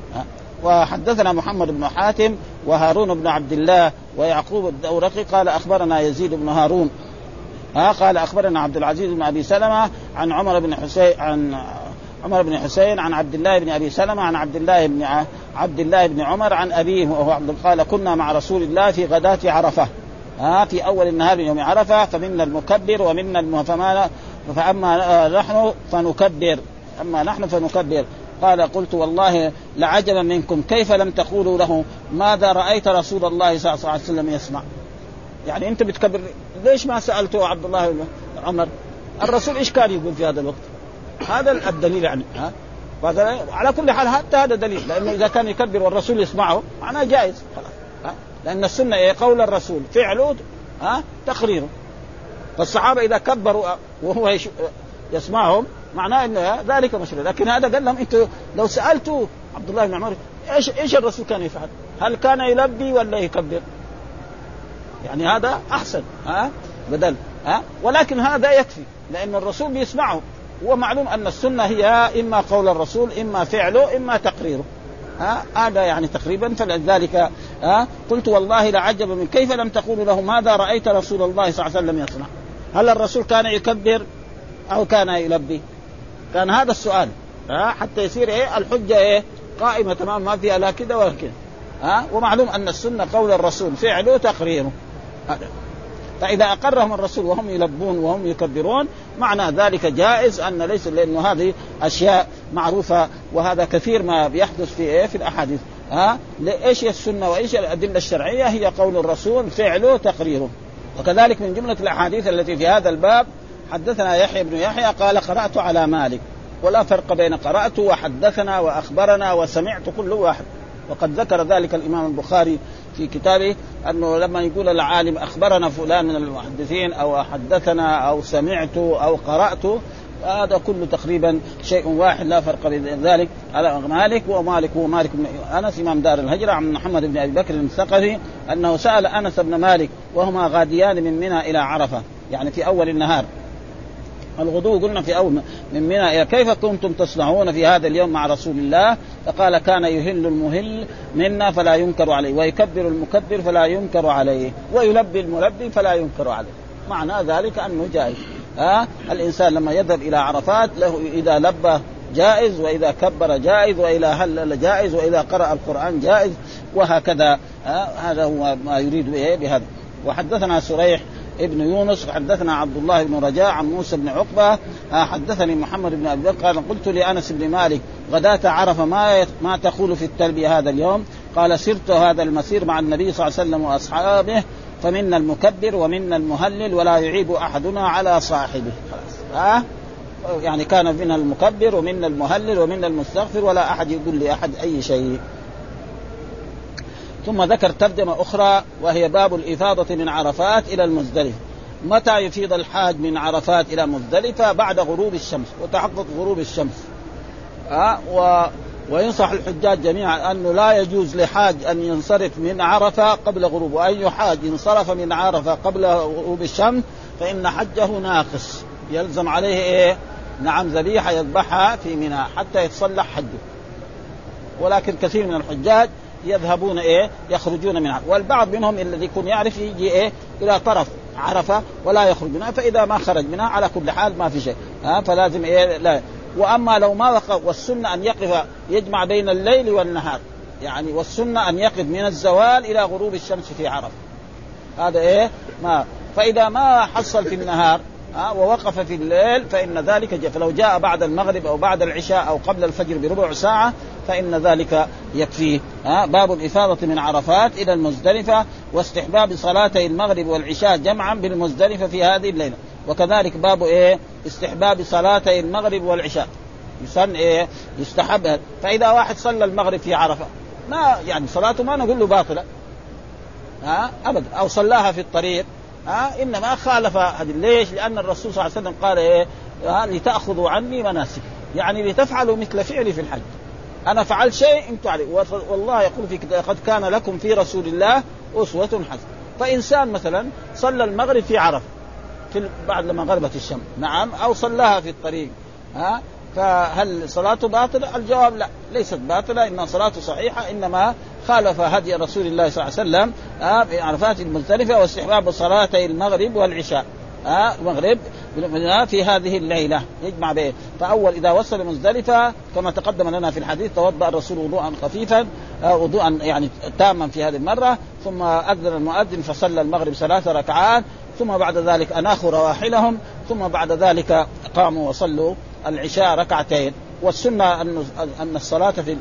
وحدثنا محمد بن حاتم وهارون بن عبد الله ويعقوب الدورقي قال أخبرنا يزيد بن هارون ها قال أخبرنا عبد العزيز بن أبي سلمة عن عمر بن حسين عن عمر بن حسين عن عبد الله بن أبي سلمة عن عبد الله بن عبد الله بن عمر عن أبيه وهو قال كنا مع رسول الله في غداة عرفة ها في أول النهار يوم عرفة فمنا المكبر ومنا المهفمان فأما نحن فنكبر أما نحن فنكبر. قال قلت والله لعجبا منكم كيف لم تقولوا له ماذا رأيت رسول الله صلى الله عليه وسلم يسمع، يعني أنت بتكبر ليش ما سألته عبد الله بن عمر الرسول إيش كان يقول في هذا الوقت؟ هذا الدليل يعني ها على كل حال حتى هذا دليل، لأنه إذا كان يكبر والرسول يسمعه معناه جائز خلاص ها؟ لأن السنة إيه قول الرسول فعله ها تقريره. فالصحابة إذا كبروا وهو يسمعهم معناه ان ذلك مشروع، لكن هذا قال لهم انتوا لو سالتوا عبد الله بن عمر ايش ايش الرسول كان يفعل؟ هل كان يلبي ولا يكبر؟ يعني هذا احسن ها بدل ها ولكن هذا يكفي لان الرسول بيسمعه، ومعلوم ان السنه هي اما قول الرسول اما فعله اما تقريره ها هذا يعني تقريبا. فلذلك ها قلت والله لعجب من كيف لم تقولوا له ماذا رايت رسول الله صلى الله عليه وسلم يصنع، هل الرسول كان يكبر او كان يلبي؟ كان هذا السؤال ها حتى يصير ايه الحجه ايه قائمه تمام ما فيها لا كده ولا كده ها ومعلوم ان السنه قول الرسول فعله تقريره هذا. فاذا اقرهم الرسول وهم يلبون وهم يكبرون معنى ذلك جائز ان ليس، لانه هذه اشياء معروفه وهذا كثير ما بيحدث في ايه في الاحاديث ها ايش هي السنه وايش الادله الشرعيه؟ هي قول الرسول فعله تقريره. وكذلك من جمله الاحاديث التي في هذا الباب حدثنا يحيى بن يحيى قال قرأت على مالك، ولا فرق بين قرأت وحدثنا وأخبرنا وسمعت كل واحد. وقد ذكر ذلك الإمام البخاري في كتابه أنه لما يقول العالم أخبرنا فلان من المحدثين أو حدثنا أو سمعت أو قرأت هذا كله تقريبا شيء واحد لا فرق بين ذلك. على مالك ومالك هو مالك بن أنس إمام دار الهجرة عن محمد بن أبي بكر الثقفي أنه سأل أنس بن مالك وهما غاديان من منى إلى عرفة يعني في أول النهار. الغدو قلنا في أول من منى. كيف كنتم تصنعون في هذا اليوم مع رسول الله؟ فقال كان يهل المهل منا فلا ينكر عليه، ويكبر المكبر فلا ينكر عليه، ويلبي الملبي فلا ينكر عليه. معنى ذلك أنه جائز. ها الإنسان لما يذهب إلى عرفات له إذا لبى جائز، وإذا كبر جائز، وإذا هلل جائز، وإذا قرأ القرآن جائز، وهكذا. هذا هو ما يريد به بهذا. وحدثنا سريح ابن يونس حدثنا عبد الله بن رجاء عن موسى بن عقبة حدثني محمد بن أبي بكر قال قلت لأنس بن مالك غداة عرفة ما ما تقول في التلبية هذا اليوم؟ قال سرت هذا المسير مع النبي صلى الله عليه وسلم وأصحابه فمنا المكبر ومنا المهلل ولا يعيب أحدنا على صاحبه. ها يعني كان منا المكبر ومنا المهلل ومنا المستغفر ولا أحد يقول لأحد أي شيء. ثم ذكر ترجمة أخرى وهي باب الإفاضة من عرفات إلى المزدلفة. متى يفيض الحاج من عرفات إلى مزدلفة؟ بعد غروب الشمس وتحقق غروب الشمس. أه و وينصح الحجاج جميعا أنه لا يجوز لحاج أن ينصرف من عرفة قبل غروب، وأي حاج انصرف من عرفة قبل غروب الشمس فإن حجه ناقص، يلزم عليه إيه؟ نعم ذبيحة يذبحها في منى حتى يتصلح حجه. ولكن كثير من الحجاج يذهبون إيه يخرجون منها، والبعض منهم الذي يكون يعرف يجي إيه إلى طرف عرفة ولا يخرج منها، فإذا ما خرج منها على كل حال ما في شيء. ها فلازم إيه لا. وأما لو ما وقف، والسنة أن يقف يجمع بين الليل والنهار، يعني والسنة أن يقف من الزوال إلى غروب الشمس في عرفة. هذا إيه ما فإذا ما حصل في النهار ها ووقف في الليل فإن ذلك جاء. فلو جاء بعد المغرب أو بعد العشاء أو قبل الفجر بربع ساعة فإن ذلك يكفيه. ها باب الإفاضة من عرفات إلى المزدلفة واستحباب صلاتي المغرب والعشاء جمعا بالمزدلفة في هذه الليلة. وكذلك باب إيه استحباب صلاتي المغرب والعشاء يسن إيه يستحب. فإذا واحد صلى المغرب في عرفة ما يعني صلاته ما نقول له باطلة ها أبدا، أو صلاها في الطريق ها إنما خالف هذه. ليش؟ لأن الرسول صلى الله عليه وسلم قال إيه لتأخذوا عني مناسك، يعني لتفعلوا مثل فعلي في الحج. أنا فعلت شيء أنتم عليه، والله يقول في كتاب قد كان لكم في رسول الله أسوة حسنة. فإنسان مثلا صلى المغرب في عرفة في بعد لما غربت الشمس نعم، أو صلاها في الطريق ها فهل صلاته باطلة؟ الجواب لا، ليست باطلة، إن صلاته صحيحة، إنما خالف هدي رسول الله صلى الله عليه وسلم في عرفات المزدلفة واستحباب صلاتي المغرب والعشاء ها المغرب في هذه الليلة يجمع به. فأول إذا وصل مزدلفة كما تقدم لنا في الحديث توضأ الرسول وضوءا خفيفا وضوءا يعني تاما في هذه المرة، ثم أذن المؤذن فصلى المغرب ثلاث ركعات، ثم بعد ذلك أناخوا رواحلهم، ثم بعد ذلك قاموا وصلوا العشاء ركعتين. والسنة أن أن الصلاة في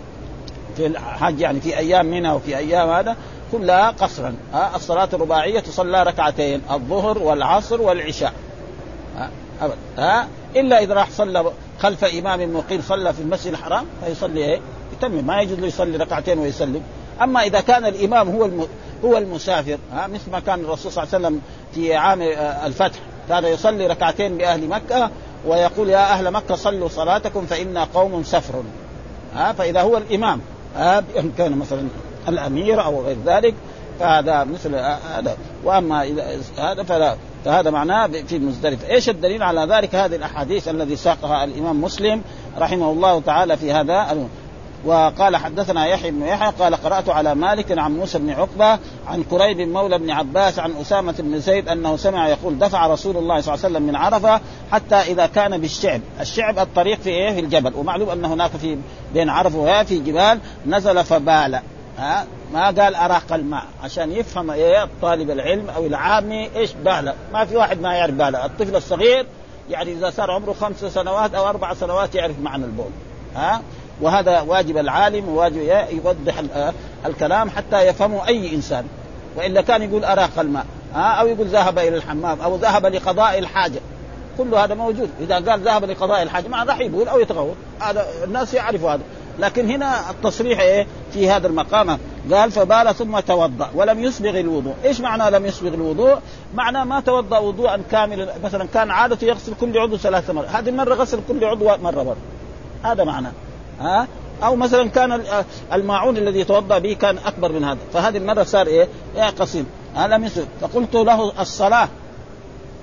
في الحج يعني في أيام منى وفي أيام هذا كلها قصرا. ها الصلاة الرباعية تصلى ركعتين الظهر والعصر والعشاء ها أبدا. ها إلا إذا راح صلى خلف إمام مقيم صلى في المسجد الحرام فيصلي إيه يتمم، ما يجوز له يصلي ركعتين ويسلم. أما إذا كان الإمام هو الم... هو المسافر ها مثل ما كان الرسول صلى الله عليه وسلم في عام الفتح كان يصلي ركعتين بأهل مكة ويقول يا أهل مكة صلوا صلاتكم فإنا قوم سفر. ها فإذا هو الإمام ها بأن كان مثلا الأمير أو غير ذلك فهذا مثل هذا. وأما إذا هذا فلا فهذا معناه في المزدلفة. إيش الدليل على ذلك؟ هذه الأحاديث الذي ساقها الإمام مسلم رحمه الله تعالى في هذا. وقال حدثنا يحيى بن يحيى قال قرأت على مالك عن موسى بن عقبة عن كريب مولى بن عباس عن أسامة بن زيد أنه سمع يقول دفع رسول الله صلى الله عليه وسلم من عرفة حتى إذا كان بالشعب. الشعب الطريق في إيه في الجبل، ومعلوم أن هناك في بين عرفة وها في جبال نزل فبال. ها ما قال أراق الماء عشان يفهم إيه طالب العلم أو العامي إيش بالة. ما في واحد ما يعرف بالة. الطفل الصغير يعني إذا صار عمره خمس سنوات أو أربع سنوات يعرف معنى البول. ها وهذا واجب العالم وواجب يوضح الكلام حتى يفهمه أي إنسان، وإلا كان يقول أراق الماء أو يقول ذهب إلى الحمام أو ذهب لقضاء الحاجة، كل هذا موجود. إذا قال ذهب لقضاء الحاجة ما راح يقول أو يتغوط، هذا الناس يعرفوا هذا. لكن هنا التصريح إيه في هذا المقام قال فبال ثم توضأ ولم يسبغ الوضوء. إيش معنى لم يسبغ الوضوء؟ معنى ما توضأ وضوءا كاملا، مثلا كان عادته يغسل كل عضو ثلاث مرات، هذه مرة غسل كل عضو مرة مرة، هذا معنى. ها أو مثلا كان الماعون الذي يتوضأ به كان أكبر من هذا، فهذه المرة صار إيه, إيه قصير. هذا مثل فقلت له الصلاة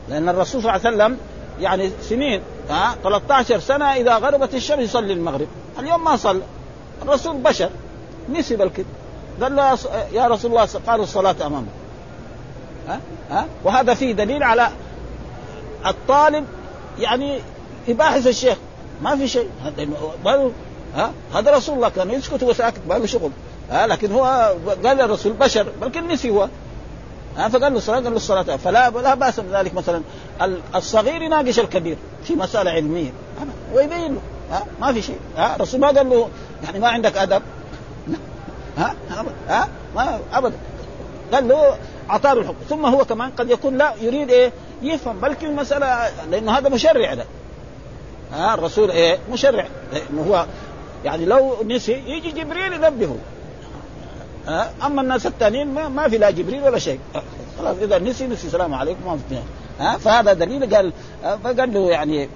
لأن الرسول صلى الله عليه وسلم يعني سنين ها ثلاثة عشر سنة إذا غربت الشمس يصلي المغرب. اليوم ما صلى الرسول، بشر نسي بالكد، قال له يا رسول الله قالوا الصلاة أمامه. ها ها وهذا فيه دليل على الطالب يعني يباحث الشيخ، ما في شيء. ها هذا رسول الله كان يسكت وساكت ما له شغل، ها لكن هو قال الرسول بشر بلكن نسي هو، ها فقال له الصلاة، قال له الصلاة. فلا لا بأس بذلك. مثلا الصغير يناقش الكبير في مسألة علمية ويبين له، ها ما في شيء. ها الرسول ما قال له يعني ما عندك أدب، ها ها ما أبدا، قال له أعطاه الحكم. ثم هو كمان قد يكون لا يريد إيه يفهم بلكن المسألة، لأنه هذا مشرع ده، ها الرسول إيه مشرع، لأنه هو يعني لو نسي يجي جبريل ينبهه. ها أما الناس التانيين ما, ما في لا جبريل ولا شيء، خلاص إذا نسي نسي السلام عليكم ما في. ها فهذا دليل. قال فقال له يعني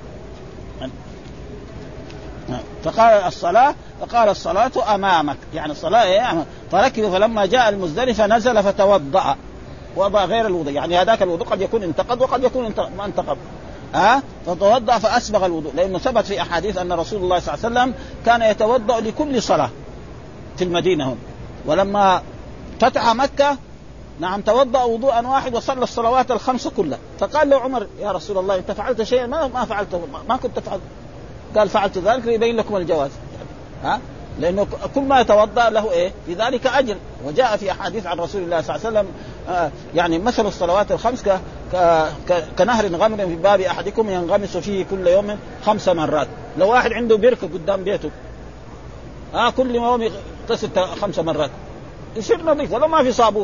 فقال الصلاة، فقال الصلاة أمامك، يعني الصلاة إيه. فركب فلما جاء المزدلفة نزل فتوضأ، وضع غير الوضوء، يعني هذاك الوضوء قد يكون انتقض وقد يكون ما انتقض. ها فتوضأ فأسبغ الوضوء، لأنه ثبت في أحاديث أن رسول الله صلى الله عليه وسلم كان يتوضأ لكل صلاة في المدينة هم. ولما فتح مكة نعم توضأ وضوءا واحد وصلى الصلوات الخمس كلها. فقال له عمر يا رسول الله أنت فعلت شيئا ما ما فعلته، ما كنت تفعل. قال فعلت ذلك ليبين لكم الجواز، ها لأنه كل ما يتوضأ له إيه في ذلك أجر. وجاء في أحاديث عن رسول الله صلى الله عليه وسلم آه يعني مثل الصلوات الخمس ك ك كنهر غمر في باب أحدكم ينغمس فيه كل يوم خمس مرات. لو واحد عنده بركة قدام بيته ها آه كل يوم يغتسل خمس مرات يصير نظيف ولو ما في صابون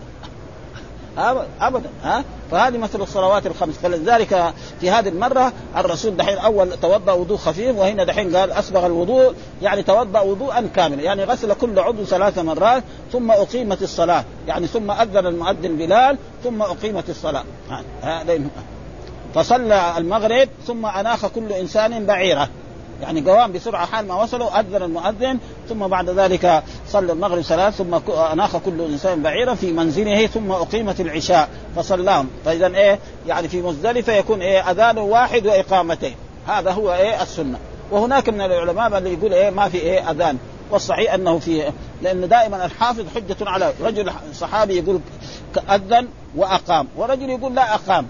أبدا. ها فهذه مثل الصلوات الخمس. فلذلك في هذه المرة الرسول دحين أول توضأ وضوء خفيف، وهنا دحين قال أسبغ الوضوء، يعني توضأ وضوءا كاملا، يعني غسل كل عضو ثلاث مرات. ثم أقيمت الصلاة، يعني ثم أذن المؤذن بلال ثم أقيمت الصلاة. فصلى المغرب ثم أناخ كل إنسان بعيرة، يعني قوام بسرعة حال ما وصلوا أذن المؤذن. ثم بعد ذلك صلى المغرب ثلاث ثم أناخ كل إنسان بعيرا في منزله. ثم أقيمت العشاء فصلاهم. فإذا إيه يعني في مزدلفة يكون إيه أذان واحد وإقامتين، هذا هو إيه السنة. وهناك من العلماء اللي يقول إيه ما في إيه أذان، والصحيح أنه في، لأن دائما الحافظ حجة على رجل صحابي يقول أذن وأقام، ورجل يقول لا أقام.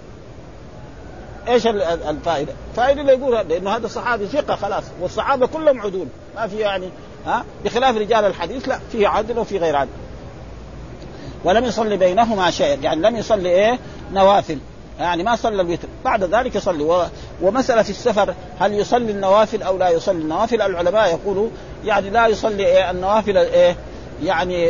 ايش الفائده؟ فائده اللي يقولها لانه هذا الصحابي ثقه خلاص، والصحابه كلهم عدول ما في يعني ها بخلاف رجال الحديث لا فيه عدل وفي غير عدل. ولم يصلي بينهما شيء، يعني لم يصلي ايه نوافل، يعني ما صلى الوتر، بعد ذلك يصلي. و... ومسألة في السفر هل يصلي النوافل او لا يصلي النوافل؟ العلماء يقولوا يعني لا يصلي إيه النوافل ايه يعني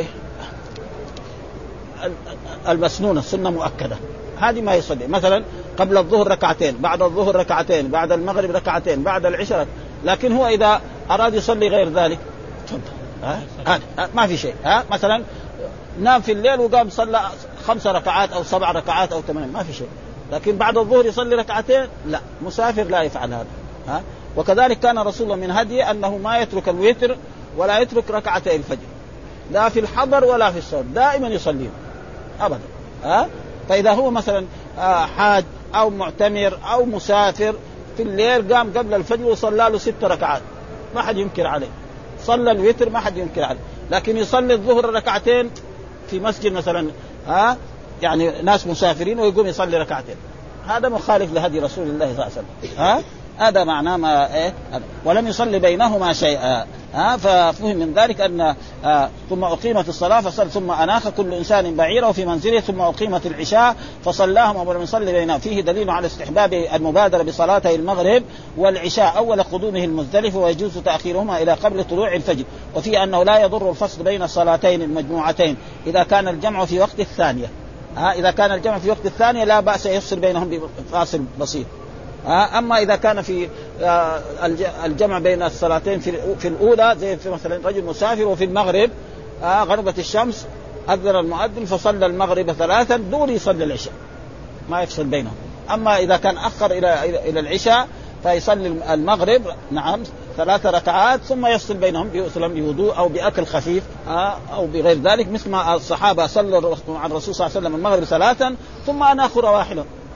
المسنونة السنة مؤكدة هذه ما يصلي، مثلا قبل الظهر ركعتين، بعد الظهر ركعتين، بعد المغرب ركعتين، بعد العشاء. لكن هو إذا أراد يصلي غير ذلك ها؟ ها؟ ما في شيء. ها مثلا نام في الليل وقام صلى خمس ركعات أو سبع ركعات أو ثمان ما في شيء. لكن بعد الظهر يصلي ركعتين لا، مسافر لا يفعل هذا. ها؟ وكذلك كان رسول الله من هديه أنه ما يترك الوتر ولا يترك ركعتي الفجر، لا في الحضر ولا في السفر، دائما يصلي أبدا. ها؟ فإذا هو مثلا حاج أو معتمر أو مسافر في الليل قام قبل الفجر وصلى له ست ركعات ما حد ينكر عليه، صلى الوتر ما حد ينكر عليه. لكن يصلي الظهر ركعتين في مسجد مثلا ها يعني ناس مسافرين ويقوم يصلي ركعتين، هذا مخالف لهدي رسول الله صلى الله عليه وسلم. ها هذا معناه ما إيه. ولم يصلي بينهما شيئا. ها ففهم من ذلك أن آه ثم أقيمت الصلاة فصل ثم أناخ كل إنسان بعيره في منزله ثم أقيمت العشاء فصلاهم ولم يصلي بينهم. فيه دليل على استحباب المبادرة بصلاتي المغرب والعشاء أول قدومه المزدلف، ويجوز تأخيرهما إلى قبل طلوع الفجر. وفيه أنه لا يضر الفصل بين الصلاتين المجموعتين إذا كان الجمع في وقت الثانية. ها إذا كان الجمع في وقت الثانية لا بأس يفصل بينهم بفاصل بسيط. أما إذا كان في الجمع بين الصلاتين في الأولى زي في مثلا رجل مسافر وفي المغرب غربت الشمس أذن المؤذن فصلى المغرب ثلاثا دون يصلي العشاء ما يفصل بينهم. أما إذا كان أخر إلى إلى العشاء فيصلي المغرب نعم ثلاث ركعات ثم يفصل بينهم بوضوء أو بأكل خفيف أو بغير ذلك، مثل ما الصحابة صلوا مع الرسول صلى الله عليه وسلم المغرب ثلاثا ثم أناخوا رواحلهم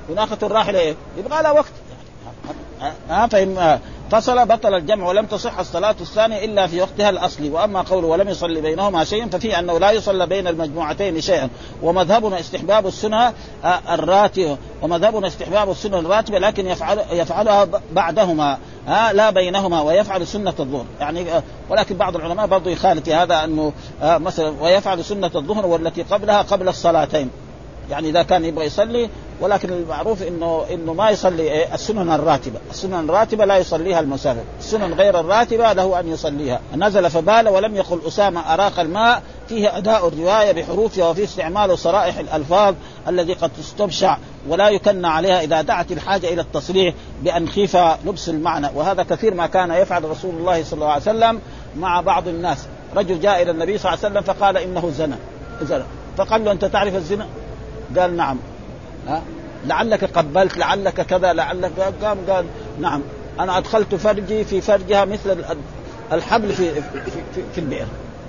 وناقة الراحلة إيه؟ يبغى لها وقت يعني. ها فإن فصل بطل الجمع ولم تصح الصلاة الثانية إلا في وقتها الأصلي. وأما قوله ولم يصلي بينهما شيئا ففي أنه لا يصلى بين المجموعتين شيئا. ومذهبنا استحباب السنة الراتبة ومذهبنا استحباب السنة الراتبة لكن يفعل يفعلها بعدهما ها لا بينهما ويفعل سنة الظهر يعني. ولكن بعض العلماء برضو يخالف في هذا أنه مثلا ويفعل سنة الظهر والتي قبلها قبل الصلاتين يعني إذا كان يبغى يصلي. ولكن المعروف إنه إنه ما يصلي السنن الراتبة. السنن الراتبة لا يصليها المسافر. السنن غير الراتبة له أن يصليها. نزل فبال ولم يقل أسامة أراق الماء فيه أداء الرواية بحروفها وفي استعمال صرائح الألفاظ الذي قد تستبشع ولا يكن عليها إذا دعت الحاجة إلى التصريح بأن خيف لبس المعنى. وهذا كثير ما كان يفعل رسول الله صلى الله عليه وسلم مع بعض الناس. رجل جاء إلى النبي صلى الله عليه وسلم فقال إنه زنا زنا فقال له أنت تعرف الزنا؟ قال نعم. ها لعلك قبلت لعلك كذا لعلك قام قال نعم أنا أدخلت فرجي في فرجها مثل الحبل في في, في, في البئر.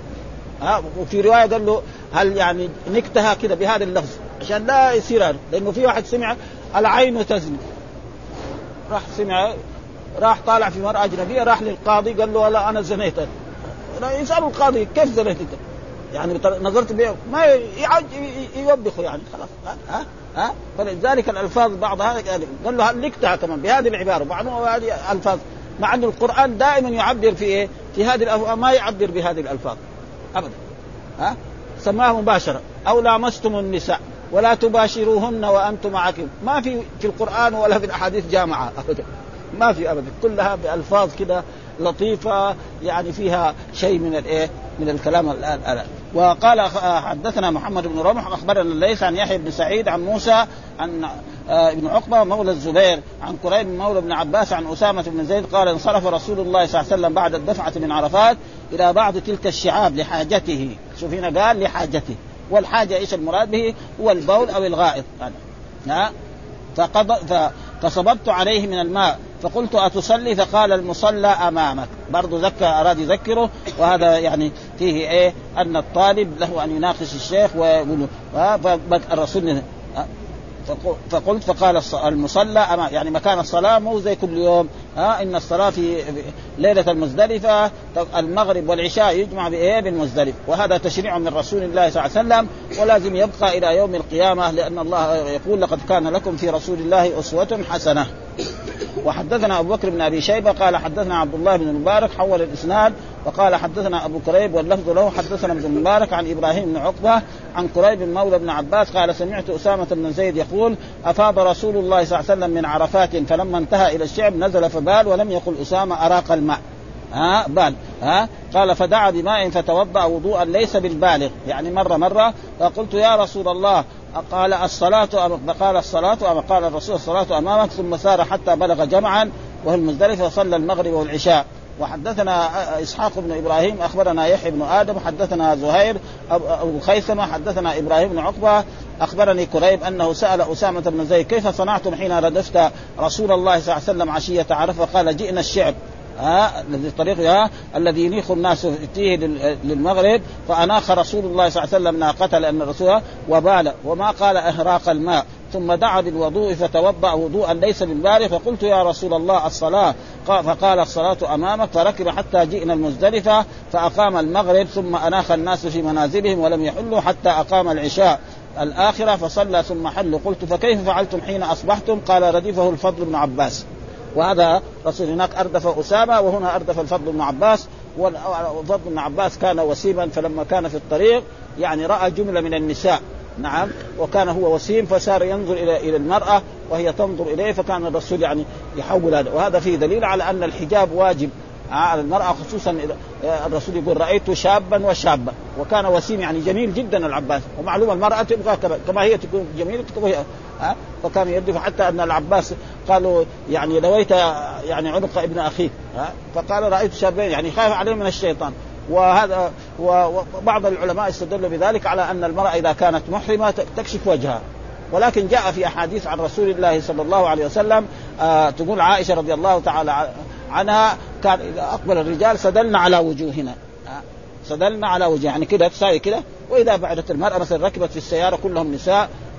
ها وفي رواية قال له هل يعني نكتها كده بهذا اللفظ عشان لا يصير. لأنه في واحد سمع العين تزني راح سمع راح طالع في مرأة أجنبية راح للقاضي قال له لا أنا زنيت. يسأل القاضي كيف زنيت يعني نظرت بيه ما يوبخه يعني خلاص. ها ها فلذلك الألفاظ بعضها قال له هل لكتها كمان بهذه العبارة معنوها هذه الألفاظ مع أن القرآن دائما يعبر في إيه في هذه الألفاظ ما يعبر بهذه الألفاظ أبدا. ها سماه مباشرة أو لامستم النساء ولا تباشروهن وأنتم عاكفون ما في في القرآن ولا في الأحاديث جامعة أبدا ما في أبدا كلها بألفاظ كده لطيفة يعني فيها شيء من الإيه من الكلام الآن. وقال حدثنا محمد بن رمح أخبرنا الليث عن يحيى بن سعيد عن موسى عن ابن عقبة مولى الزبير عن قريب مولى ابن عباس عن أسامة بن زيد قال انصرف رسول الله صلى الله عليه وسلم بعد الدفعة من عرفات إلى بعض تلك الشعاب لحاجته. شوف هنا قال لحاجته والحاجة إيش المراد به هو البول أو الغائط. ها فقضى فصببت عليه من الماء فقلت أتصلي فقال المصلى أمامك. برضو ذكر أراد يذكره. وهذا يعني فيه إيه أن الطالب له أن يناقش الشيخ ويقول الرسول فقلت فقال المصلى أمامك يعني مكان الصلاة مو زي كل يوم. ها إن الصلاة في ليلة المزدلفة المغرب والعشاء يجمع بإيه بالمزدلف. وهذا تشريع من رسول الله صلى الله عليه وسلم ولازم يبقى إلى يوم القيامة لأن الله يقول لقد كان لكم في رسول الله أسوة حسنة. وحدثنا أبو بكر بن أبي شيبة قال حدثنا عبد الله بن المبارك حول الإسناد وقال حدثنا أبو كريب واللفظ له حدثنا ابن المبارك عن إبراهيم بن عقبة عن قريب مولى بن عباس قال سمعت أسامة بن زيد يقول أفاض رسول الله صلى الله عليه وسلم من عرفات فلما انتهى إلى الشعب نزل فبال ولم يقل أسامة أراق الماء. ها بال ها قال فدعا بماء فتوضأ وضوءا ليس بالبالغ يعني مرة مرة. فقلت يا رسول الله قال الصلاة قال الصلاة أما قال الرسول الصلاة أمامك ثم سار حتى بلغ جمعا وهو المزدلفة وصلى المغرب والعشاء. وحدثنا إسحاق بن إبراهيم أخبرنا يحيى بن آدم حدثنا زهير أبو خيثمة حدثنا إبراهيم بن عقبة أخبرني كريب أنه سأل أسامة بن زيد كيف صنعتم حين ردفت رسول الله صلى الله عليه وسلم عشية عرفة قال جئنا الشعب ها الذي الطريق الذي ينيخ الناس فيه للمغرب فأناخ رسول الله صلى الله عليه وسلم ناقة لأن الرسول وبال وما قال إهراق الماء ثم دعا بالوضوء فتوضأ وضوءا ليس بالبالغ. فقلت يا رسول الله الصلاة فقال الصلاة أمامك. فركب حتى جئنا المزدلفة فأقام المغرب ثم أناخ الناس في منازلهم ولم يحلوا حتى أقام العشاء الآخرة فصلى ثم حلوا. قلت فكيف فعلتم حين أصبحتم؟ قال ردفه الفضل بن عباس. وهذا رسول هناك أردف أسامة وهنا أردف الفضل بن عباس. والفضل بن عباس كان وسيما فلما كان في الطريق يعني رأى جملة من النساء نعم وكان هو وسيم فصار ينظر إلى إلى المرأة وهي تنظر إليه فكان الرسول يعني يحول هذا. وهذا فيه دليل على أن الحجاب واجب على المرأة خصوصا الرسول يقول رأيت شابا وشابا وكان وسيم يعني جميل جدا العباس. ومعلومة المرأة تبقى كما هي تكون جميلة تكون هي ها فكان يردف حتى أن العباس قالوا يعني لويت يعني عنق ابن أخيك ها فقال رأيت شابين يعني خاف عليه من الشيطان. وهذا وبعض العلماء استدلوا بذلك على أن المرأة إذا كانت محرمة تكشف وجهها. ولكن جاء في أحاديث عن رسول الله صلى الله عليه وسلم آه تقول عائشة رضي الله تعالى عنها كان إذا أقبل الرجال سدلنا على وجوهنا آه سدلنا على وجه يعني كده تساوي كده. وإذا بعدت المرأة مثلا ركبت في السيارة كلهم نساء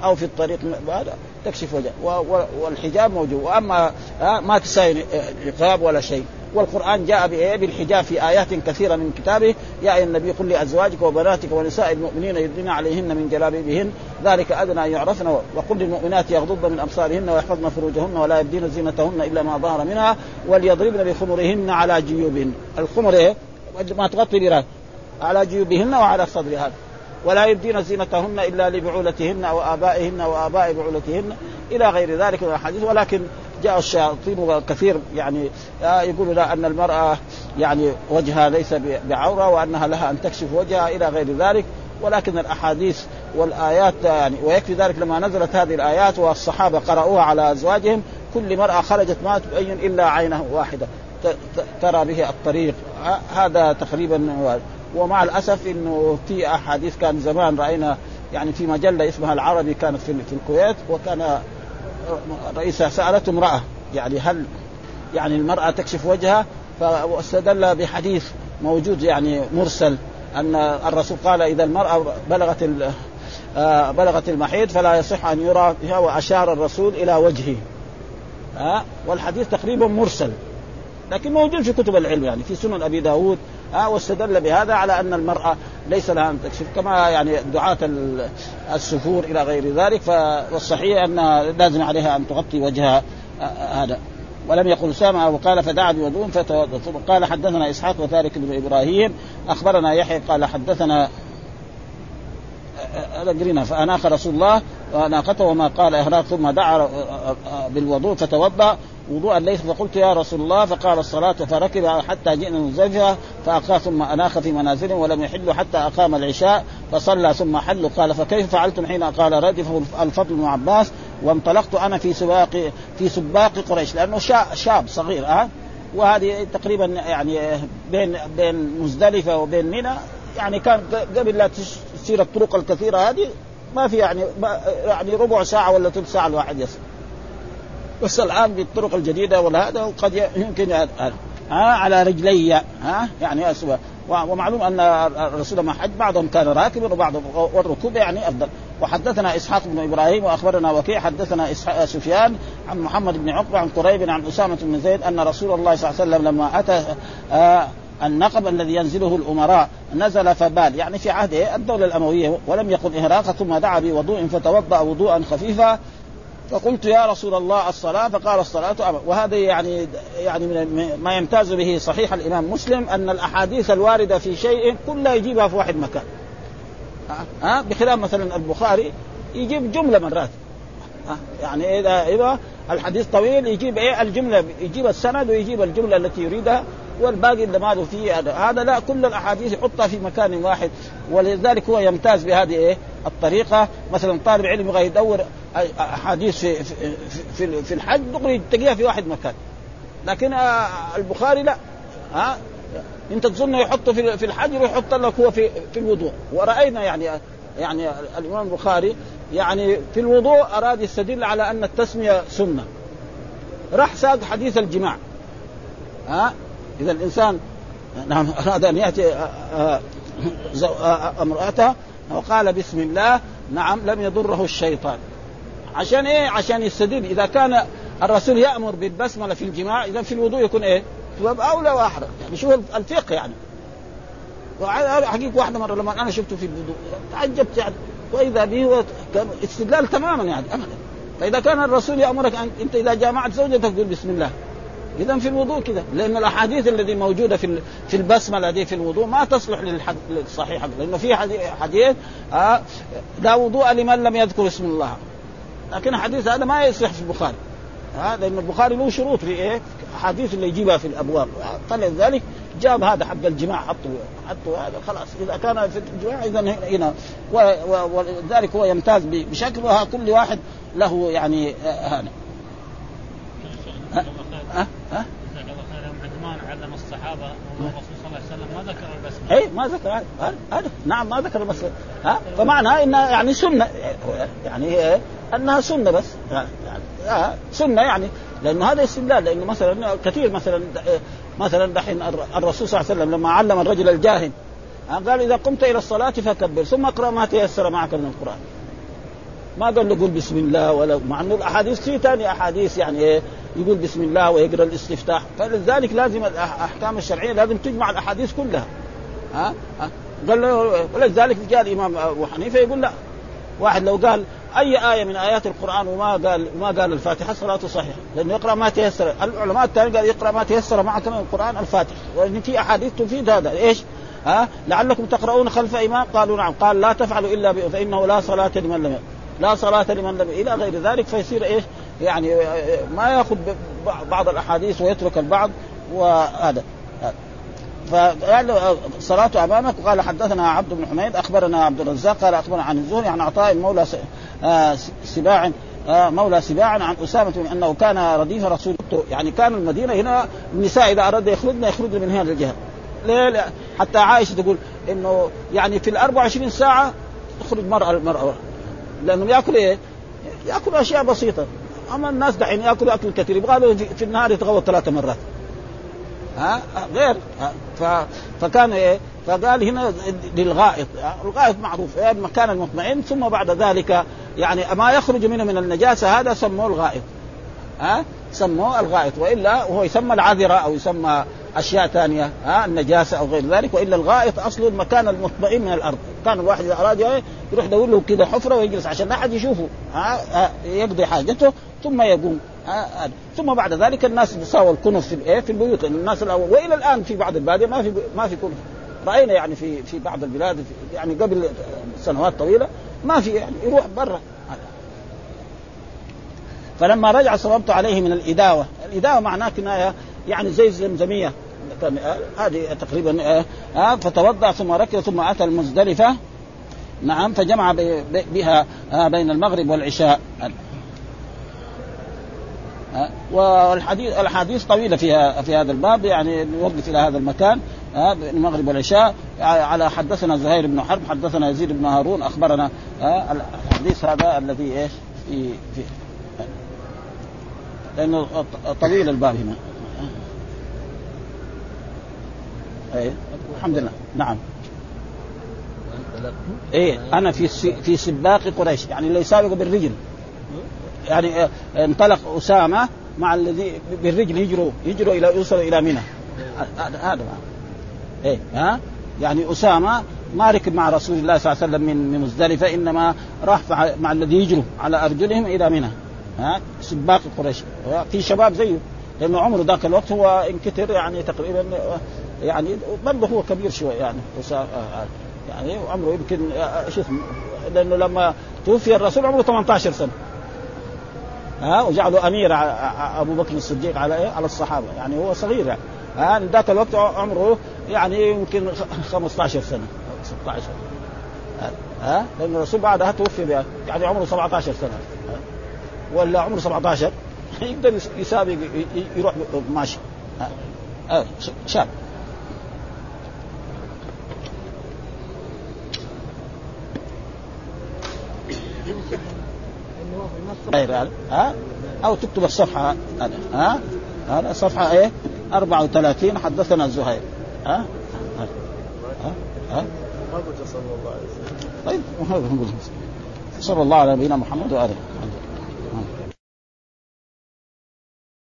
أو في الطريق تكشف وجهها، والحجاب موجود. وأما ما تساوي نقاب ولا شيء. والقرآن جاء بالحجاب في آيات كثيرة من كتابه: يا أيها النبي قل لأزواجك وبناتك ونساء المؤمنين يدنين عليهن من جلابيبهن ذلك أدنى أن يعرفن، وقل للمؤمنات يغضضن من أبصارهن ويحفظن فروجهن ولا يبدين زينتهن إلا ما ظهر منها وليضربن بخمرهن على جيوبهن. الخمر إيه؟ ما تغطي برأس على جيوبهن وعلى صدرها. ولا يبدين زينتهن إلا لبعولتهن وآبائهن وآباء بعولتهن إلى غير ذلك من الحديث. ولكن جاء الشياطين كثير يعني يقول لا أن المرأة يعني وجهها ليس بعورة وأنها لها أن تكشف وجهها إلى غير ذلك. ولكن الأحاديث والآيات يعني، ويكفي ذلك لما نزلت هذه الآيات والصحابة قرأوها على أزواجهم: كل مرأة خرجت ما تبين إلا عينه واحدة ترى به الطريق. هذا تقريبا. ومع الأسف إنه في أحاديث كان زمان رأينا يعني في مجلة اسمها العربي كانت في الكويت، وكان رئيسها سألت امرأة يعني هل يعني المرأة تكشف وجهها، فاستدل بحديث موجود يعني مرسل أن الرسول قال إذا المرأة بلغت بلغت المحيض فلا يصح أن يرى بها، وأشار الرسول إلى وجهه. ها والحديث تقريبا مرسل لكن موجود في كتب العلم يعني في سنن أبي داود. ها واستدل بهذا على أن المرأة ليس لها أن تكشف كما يعني دعاة السفور إلى غير ذلك. فالصحيح أن لازم عليها أن تغطي وجهها هذا. ولم يقل سامع وقال فدعا بوضوء فتوضأ. قال حدثنا إسحاق وتارك بن إبراهيم أخبرنا يحيى قال حدثنا قرينا فأناخ رسول الله ناقته وما قال إهراق ثم دعا بالوضوء فتوضأ وضوءا ليس. فقلت يا رسول الله فقال الصلاة فركب حتى جئنا مزدلفة فأقام ثم أناخ في منازلهم ولم يحلوا حتى أقام العشاء فصلى ثم حلوا. قال فكيف فعلتم حين قال ردفه الفضل بن عباس وانطلقت أنا في سباق في سباق قريش لأنه شاب صغير أه وهذه تقريبا يعني بين بين مزدلفة وبين منى يعني كان قبل لا تصير الطرق الكثيرة هذه ما في يعني يعني ربع ساعة ولا ثلث ساعة الواحد يصل. بس الآن بالطرق الجديدة ولا هذا وقد يمكن ها على رجلي ها يعني أسوأ. ومعلوم أن الرسول ما حج بعضهم كان راكبا وبعضهم والركوب يعني أفضل. وحدثنا إسحاق بن إبراهيم وأخبرنا وكيع حدثنا سفيان عن محمد بن عقبة عن قريب عن أسامة بن زيد أن رسول الله صلى الله عليه وسلم لما أتى آه النقب الذي ينزله الأمراء نزل فبال يعني في عهد الدولة الأموية ولم يقل إهراق ثم دعا بوضوء فتوضأ وضوءا خفيفا. فقلت يا رسول الله الصلاة فقال الصلاة أمر. وهذا يعني يعني من ما يمتاز به صحيح الإمام مسلم أن الأحاديث الواردة في شيء كلها يجيبها في واحد مكان ها بخلاف مثلا البخاري يجيب جملة مرات يعني إذا إذا الحديث طويل يجيب إيه الجملة يجيب السند ويجيب الجملة التي يريدها والباقي اللي ما له فيه هذا هذا لا كل الأحاديث يحطها في مكان واحد. ولذلك هو يمتاز بهذه إيه الطريقة. مثلا طالب علم يبغى يدور أحاديث في في في, في الحج دغري تلاقيها في واحد مكان. لكن البخاري لا ها أنت تظن يحطه في في الحج يروح يحط لك هو في في الوضوء. ورأينا يعني يعني الإمام البخاري يعني في الوضوء أراد يستدل على أن التسمية سنة راح ساق حديث الجماع ها إذا الإنسان نعم أراد أن يأتي امرأته وقال بسم الله نعم لم يضره الشيطان عشان إيه عشان يستدل إذا كان الرسول يأمر بالبسملة في الجماع إذا في الوضوء يكون إيه يبقى أولى وأحرى يعني شوف الفقه يعني. حقيقة واحدة مرة لما أنا شفته في الوضوء تعجبت يعني وإذا به هو استدلال تماما يعني أبدا. فإذا كان الرسول يأمرك أن أنت إذا جامعت زوجتك تقول بسم الله إذن في الوضوء كذا لأن الأحاديث التي موجودة في في البسملة دي في الوضوء ما تصلح للصحيح لأنه في حديث آه لا وضوء لمن لم يذكر اسم الله. لكن الحديث هذا ما يصح في البخاري ها لأن البخاري له شروط في إيه حديث اللي يجيبها في الأبواب. فلذلك جاب هذا حق الجماع حطه حطه هذا خلاص إذا كان في الجماع إذن هنا. ولذلك هو يمتاز بشكل وها كل واحد له يعني هذا ها ها ها عثمان علم الصحابه والرسول صلى الله عليه وسلم ما ذكر البسمله اي ما ذكر هذا نعم ما ذكر البسمله ها فمعنى انها يعني سنه يعني انها سنه بس يعني سنه يعني لانه هذا استدلال لانه مثلا كثير مثلا مثلا دحين الرسول صلى الله عليه وسلم لما علم الرجل الجاهل قال اذا قمت الى الصلاه فكبر ثم اقرا ما تيسر معك من القران ما قال له قول بسم الله، ولا مع انه الاحاديث في ثاني احاديث يعني ايه يقول بسم الله ويقرا الاستفتاح. فلذلك لازم الاحكام الشرعيه لازم تجمع الاحاديث كلها. ها أه؟ قال له، ولذلك جاء الامام ابو حنيفه يقول لا، واحد لو قال اي ايه من ايات القران وما قال ما قال الفاتحه صلاته صحيحه، لانه يقرا ما تيسر. العلماء الثاني قال يقرا ما تيسر مع كمان القران الفاتحه، لان في احاديث تفيد هذا ايش ها أه؟ لعلكم تقرؤون خلف امام، قالوا نعم، قال لا تفعلوا الا فانه لا صلاه لمن لم لا صلاه لمن لم الى غير ذلك. فيصير ايش يعني ما ياخذ بعض الاحاديث ويترك البعض. وهذا فقال صلاة أمامك. وقال حدثنا عبد بن حميد أخبرنا عبد الرزاق قال أخبرنا عن الزهري عن عطاء مولى سباع مولى سباع عن أسامة أنه كان رديف رسول الله. يعني كان المدينة هنا النساء إذا أراد يخرجن يخرجن من هذا الجهة. ليه؟ حتى عائشة تقول إنه يعني في الأربع وعشرين ساعة تخرج مرأة المرأة، لأنهم يأكل إيه؟ يأكل أشياء بسيطة. أما الناس دحين يأكلوا أكل كثير، يبغى في النهار يتغوط ثلاثة مرات ها غير ها. فكان إيه؟ فقال هنا للغائط. الغائط معروف إيه؟ المكان المطمئن، ثم بعد ذلك يعني ما يخرج منه من النجاسة هذا سموه الغائط ها سموه الغائط. وإلا هو يسمى العذرة أو يسمى أشياء ثانية ها النجاسة أو غير ذلك. وإلا الغائط أصله المكان المطمئن من الأرض. كان الواحد إذا أراد يروح يدور له كده حفرة ويجلس عشان لا أحد يشوفه ها يقضي حاجته ثم يقوم ها. ثم بعد ذلك الناس بيساووا الكنف في الايه في البيوت. الناس الأول والى الان في بعض البلاد ما في ما في كنف. راينا يعني في في بعض البلاد يعني قبل سنوات طويله ما في، يعني يروح برا. فلما رجع صببت عليه من الإداوة. الإداوة معناه كناية يعني زي الزمزمية هذه تقريبا ها. فتوضأ ثم ركض ثم أتى المزدلفة نعم فجمع بها بين المغرب والعشاء. والحديث الحديث طويلة فيها في هذا الباب، يعني نوقف إلى هذا المكان المغرب والعشاء. على حدثنا زهير بن حرب حدثنا يزيد بن هارون أخبرنا الحديث هذا الذي إيش في في لأنه طويل الباب هنا. إيه الحمد لله نعم. إيه أنا في في سباق قريش، يعني اللي يسابق بالرجل، يعني انطلق أسامة مع الذي بالرجل يجروا يجروا إلى يوصلوا إلى منى. هذا إيه ها يعني أسامة ما ركب مع رسول الله صلى الله عليه وسلم من مزدلفة، إنما راح مع الذي يجروا على أرجلهم إلى منى ها سباق قريش. في شباب زيه لأنه عمره ذاك الوقت هو انكتر يعني تقريبا يعني برضه هو كبير شوي يعني يعني عمره يمكن شوف لأنه لما توفي الرسول عمره ثمانية عشر سنة ها وجعله أمير أبو بكر الصديق على إيه على الصحابة، يعني هو صغير يعني ها ذاك الوقت عمره يعني يمكن خمسة عشر سنة ستة عشر ها لأن الرسول بعدها توفي بها يعني عمره سبعة عشر سنة ولا عمره سبعة عشر يقدر يسابق يروح ماشي ها شاب. ها أو تكتب الصفحة هذا ها هذا صفحة إيه أربعة وثلاثين حدثنا الزهير ها ها ها ما قلت صلى الله عليه وسلم. طيب صلى الله على نبينا محمد وآله.